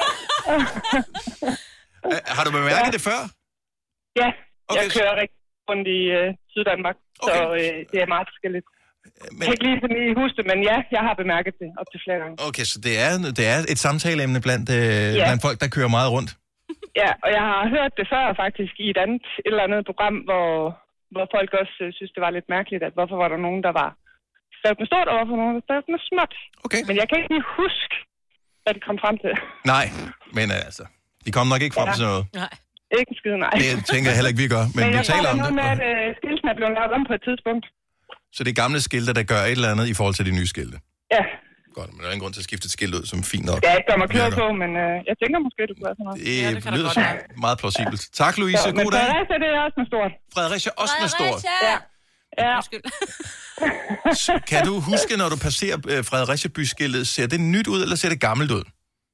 det... Har du bemærket ja. det før? Ja, okay. Jeg kører rigtig rundt i øh, Syddanmark, okay. så øh, det er meget forskelligt. Men... Jeg kan ikke lige sådan lige huske det, men ja, jeg har bemærket det op til flere gange. Okay, så det er, det er et samtaleemne blandt, øh, ja. blandt folk, der kører meget rundt? Ja, og jeg har hørt det før faktisk i et andet et eller andet program, hvor, hvor folk også øh, synes, det var lidt mærkeligt, at hvorfor var der nogen, der var stadig med stort, og hvorfor nogen, der stadig med småt. Okay. Men jeg kan ikke lige huske, hvad de kom frem til. Nej, men altså, de kom nok ikke frem ja. til noget. Nej. Ikke en skide, nej. Det tænker jeg heller ikke, vi gør, men, men vi taler om det. Men jeg tror, at uh, skiltene er blevet lavet om på et tidspunkt. Så det er gamle skilte, der gør et eller andet i forhold til de nye skilte? Ja. Godt, men der er ingen grund til at skifte et skilt ud, som er fint nok. Ja, jeg gør mig klog på, men uh, jeg tænker måske, du kunne have sådan noget. Det, ja, det lyder så meget plausibelt. Tak, Louise. Ja, God dag. Men Fredericia, det er også med stort. Fredericia også med stort? Ja. Ja. Kan du huske, når du passerer uh, Fredericia-byskiltet, ser det nyt ud, eller ser det gammelt ud?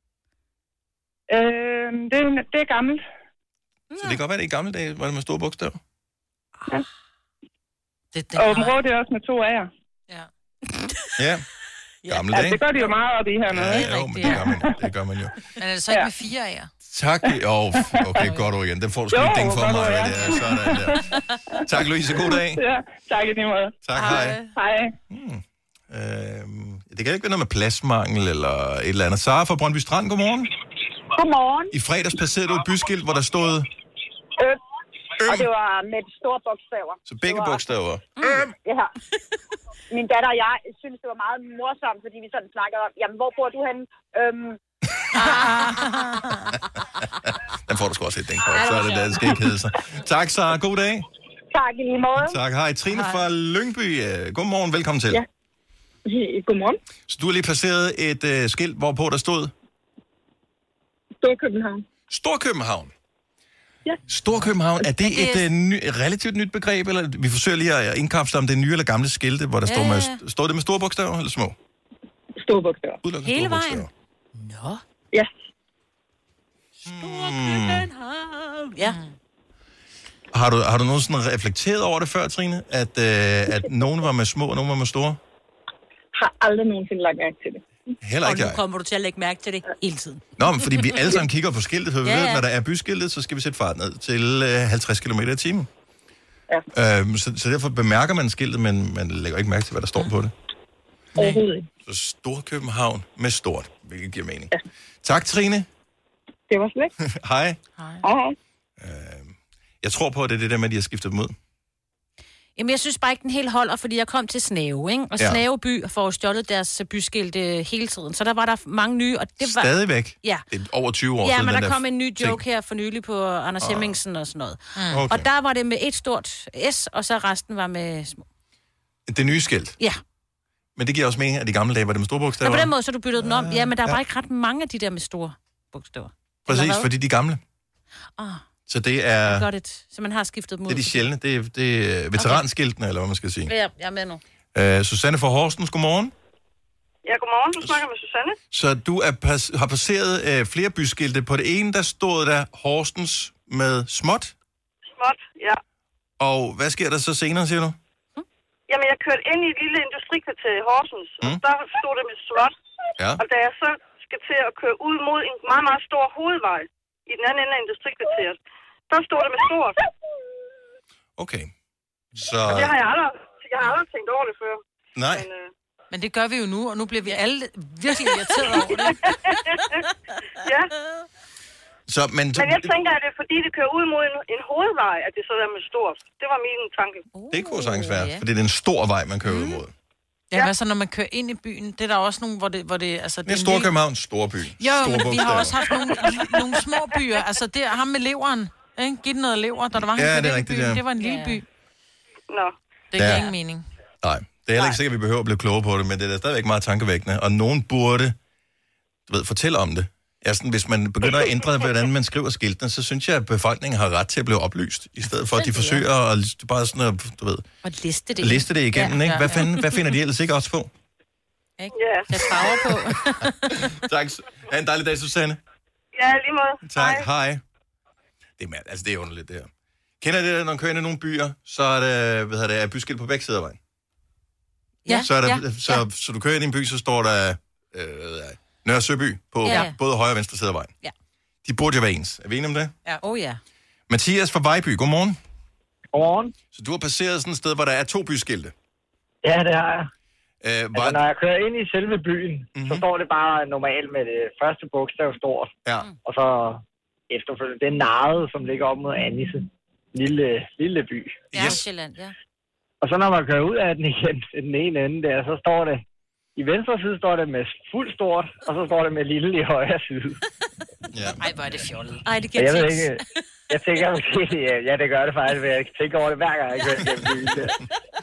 Øh, det, det er gammelt. Så det kan godt være, det i gamle dage var det med store bogstaver? Ja. Det, det og Åben Rå, det er også med to A'er. Ja. Ja. Gamle ja, dage. det gør de jo meget op i hernede. Ja, jo, men det gør man, det gør man jo. Men er det så ikke ja. med fire A'er? Tak. Oh, okay, godt ord igen. Den får du sgu ikke ding for mig. Ja. Det er sådan der. Tak, Louise. God dag. Ja, tak i lige måde. Tak, hej. Hej. Hmm. Øhm, det kan ikke være noget med pladsmangel eller et eller andet. Sara fra Brøndby Strand, godmorgen. Godmorgen. I fredags passerede du et byskilt, hvor der stod... Øm. Og det var med de store bogstaver. Så begge bogstaver? Øm. Ja. Min datter og jeg synes, det var meget morsomt, fordi vi sådan snakkede om, jamen, hvor bor du henne? Øhm. Den får du sgu også et ding på, så er det der, det skal ikke hedde sig. Tak, Sara. God dag. Tak i lige måde. Tak. Hej. Trine fra Lyngby. Godmorgen. Velkommen til. Ja. Godmorgen. Så du har lige placeret et uh, skilt, hvorpå der stod? Storkøbenhavn. Storkøbenhavn? Ja. Storkøbenhavn, er det et, uh, ny, et relativt nyt begreb, eller vi forsøger lige at indkapsle om det nye eller gamle skilte, hvor der ja. står, med, står det med store bogstaver eller små? Store bogstaver. Udelukkende hele store vejen? Bogstaver. Nå. Ja. Storkøbenhavn. Ja. Har du, har du nogensinde reflekteret over det før, Trine? At, øh, at nogen var med små, og nogen var med store? Har aldrig nogensinde lagt mærke til det. Heller ikke Og nu jeg. kommer du til at lægge mærke til det hele tiden. Nå, men fordi vi alle sammen kigger på skiltet, for vi Ja, ved, ja. når der er byskiltet, så skal vi sætte fart ned til øh, halvtreds kilometer i timen. Ja. Øhm, så, så derfor bemærker man skiltet, men man lægger ikke mærke til, hvad der står på det. Overhovedet ikke. Så Storkøbenhavn med stort, hvilket giver mening. Ja. Tak, Trine. Det var slet. Hej. Hej. Hej. Øhm, jeg tror på, at det er det der med, at de har skiftet dem ud. Jamen, jeg synes bare ikke, den helt holder, fordi jeg kom til Snave, ikke? Og Ja. Snave by får stjålet deres byskilt øh, hele tiden. Så der var der mange nye, og det var... Stadigvæk? Ja. Det er over tyve år Ja, siden, men den der der kom en ny joke ting. her for nylig på Anders Ah. Hemmingsen og sådan noget. Mm. Okay. Og der var det med et stort S, og så resten var med små. Det nye skilt. Ja. Men det giver også mening, at de gamle dage var det med store bogstaver. Og på den måde, så du byttede den om. Ja, men der var Ja. ikke ret mange af de der med store bogstaver. Præcis, Eller hvad? fordi de er gamle. Ah, Så det er, godt et. Så man har skiftet dem ud. det er de sjældne. Det er, det er veteranskiltene, okay. Eller hvad man skal sige. Ja, jeg er med nu. Uh, Susanne fra Horsens, godmorgen. Ja, godmorgen. Du snakker med Susanne. Så du er pas- har passeret uh, flere byskilte. På det ene, der stod der Horsens med småt. Småt, ja. Og hvad sker der så senere, siger du? Jamen, jeg kørte ind i et lille industrikvarter i Horsens, mm. og der stod det med småt. Ja. Og da jeg så skal til at køre ud mod en meget, meget stor hovedvej i den anden ende af industrikvarteret, der stod det med stort. Okay. Så... Og det har jeg aldrig, jeg har aldrig tænkt over det før. Nej. Men, øh... Men det gør vi jo nu, og nu bliver vi alle virkelig irriteret over det. ja. Så, men... men jeg tænker, at det er fordi, det kører ud mod en, en hovedvej, at det så er med stort. Det var min tanke. Det kunne sagtens være, fordi det er en stor vej, man kører mm. ud mod. Ja, hvad så, når man kører ind i byen? Det er der også nogle, hvor det... Hvor det, altså, Det er Storkøbenhavn, Storby. Jo, men vi har også haft nogle, nogle små byer. Altså, det er ham med leveren. Ikke? Giv den noget lever, da der var Ja, han det er rigtigt, byen. ja. Det var en lille by. Nå. Det giver Ja. ingen mening. Nej, det er heller ikke sikkert, at vi behøver at blive klogere på det, men det er stadigvæk meget tankevækkende. Og nogen burde, du ved, fortælle om det. Ja, sådan, hvis man begynder at ændre, hvordan man skriver skiltene, så synes jeg, at befolkningen har ret til at blive oplyst, i stedet for, at de forsøger at bare sådan at, du ved... Og liste det. Liste det igennem, ja, ikke? Hvad, fanden, hvad finder de ellers ikke også på? Ikke? Ja. Sæt farver på. Tak. Ha' en dejlig dag, Susanne. Ja, lige måde. Tak, hej. hej. Det er, altså, det er underligt, det her. Kender det, når man kører ind i nogle byer, så er det, hvad hedder det, byskilt på begge sider af vejen? Ja, så, er der, ja, så, ja. så du kører ind i en by, så står der øh, Nørre Søby på ja. både højre og venstre side af vejen. Ja. De burde jo være ens. Er vi enige om det? Ja. Oh ja. Mathias fra Vejby, godmorgen. Godmorgen. Så du har passeret sådan et sted, hvor der er to byskilte? Ja, det har jeg. Øh, var... altså, når jeg kører ind i selve byen, mm-hmm. så står det bare normalt med det første bogstav stort. Ja. Og så efterfølgende, det er Narret, som ligger op mod Annisse. Lille, lille by. Ja, yes. Sjælland, ja. Og så når man kører ud af den igen, den ene ende der, så står det, i venstre side står det med fuld stort, og så står det med lille i højre side. Ja. Ej, hvor er det fjollet. Ej, det giver jeg ikke, jeg tænker måske, ja, det gør det faktisk, men jeg tænker over det hver gang, jeg kører gennem byen der.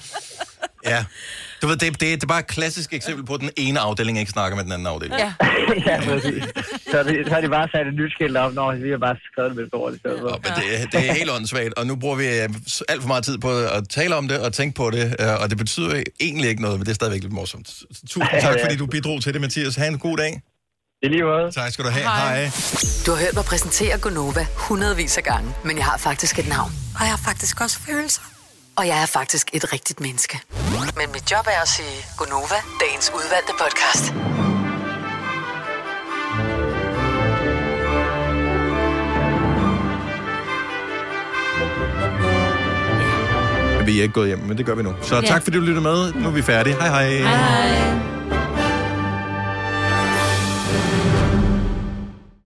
Ja. Du ved, det, det, det er bare et klassisk eksempel på, at den ene afdeling ikke snakker med den anden afdeling. Ja, ja præcis. Så, det, så har de bare sat et nyt skilt op, når vi har bare skrevet det med stort i stedet for. Ja, men det, det er helt åndssvagt, og nu bruger vi alt for meget tid på at tale om det og tænke på det, og det betyder egentlig ikke noget, men det er stadigvæk lidt morsomt. Tusind tak, fordi du bidrog til det, Mathias. Ha' en god dag. I lige måde. Tak skal du have. Hej. Hej. Du har hørt mig præsentere Gonova hundredvis af gange, men jeg har faktisk et navn. Og jeg har faktisk også følelser. Og jeg er faktisk et rigtigt menneske. Men mit job er at sige Gonova, dagens udvalgte podcast. Vi er ikke gået hjem, men det gør vi nu. Så tak fordi du lyttede med. Nu er vi færdige. Hej hej. Hej hej.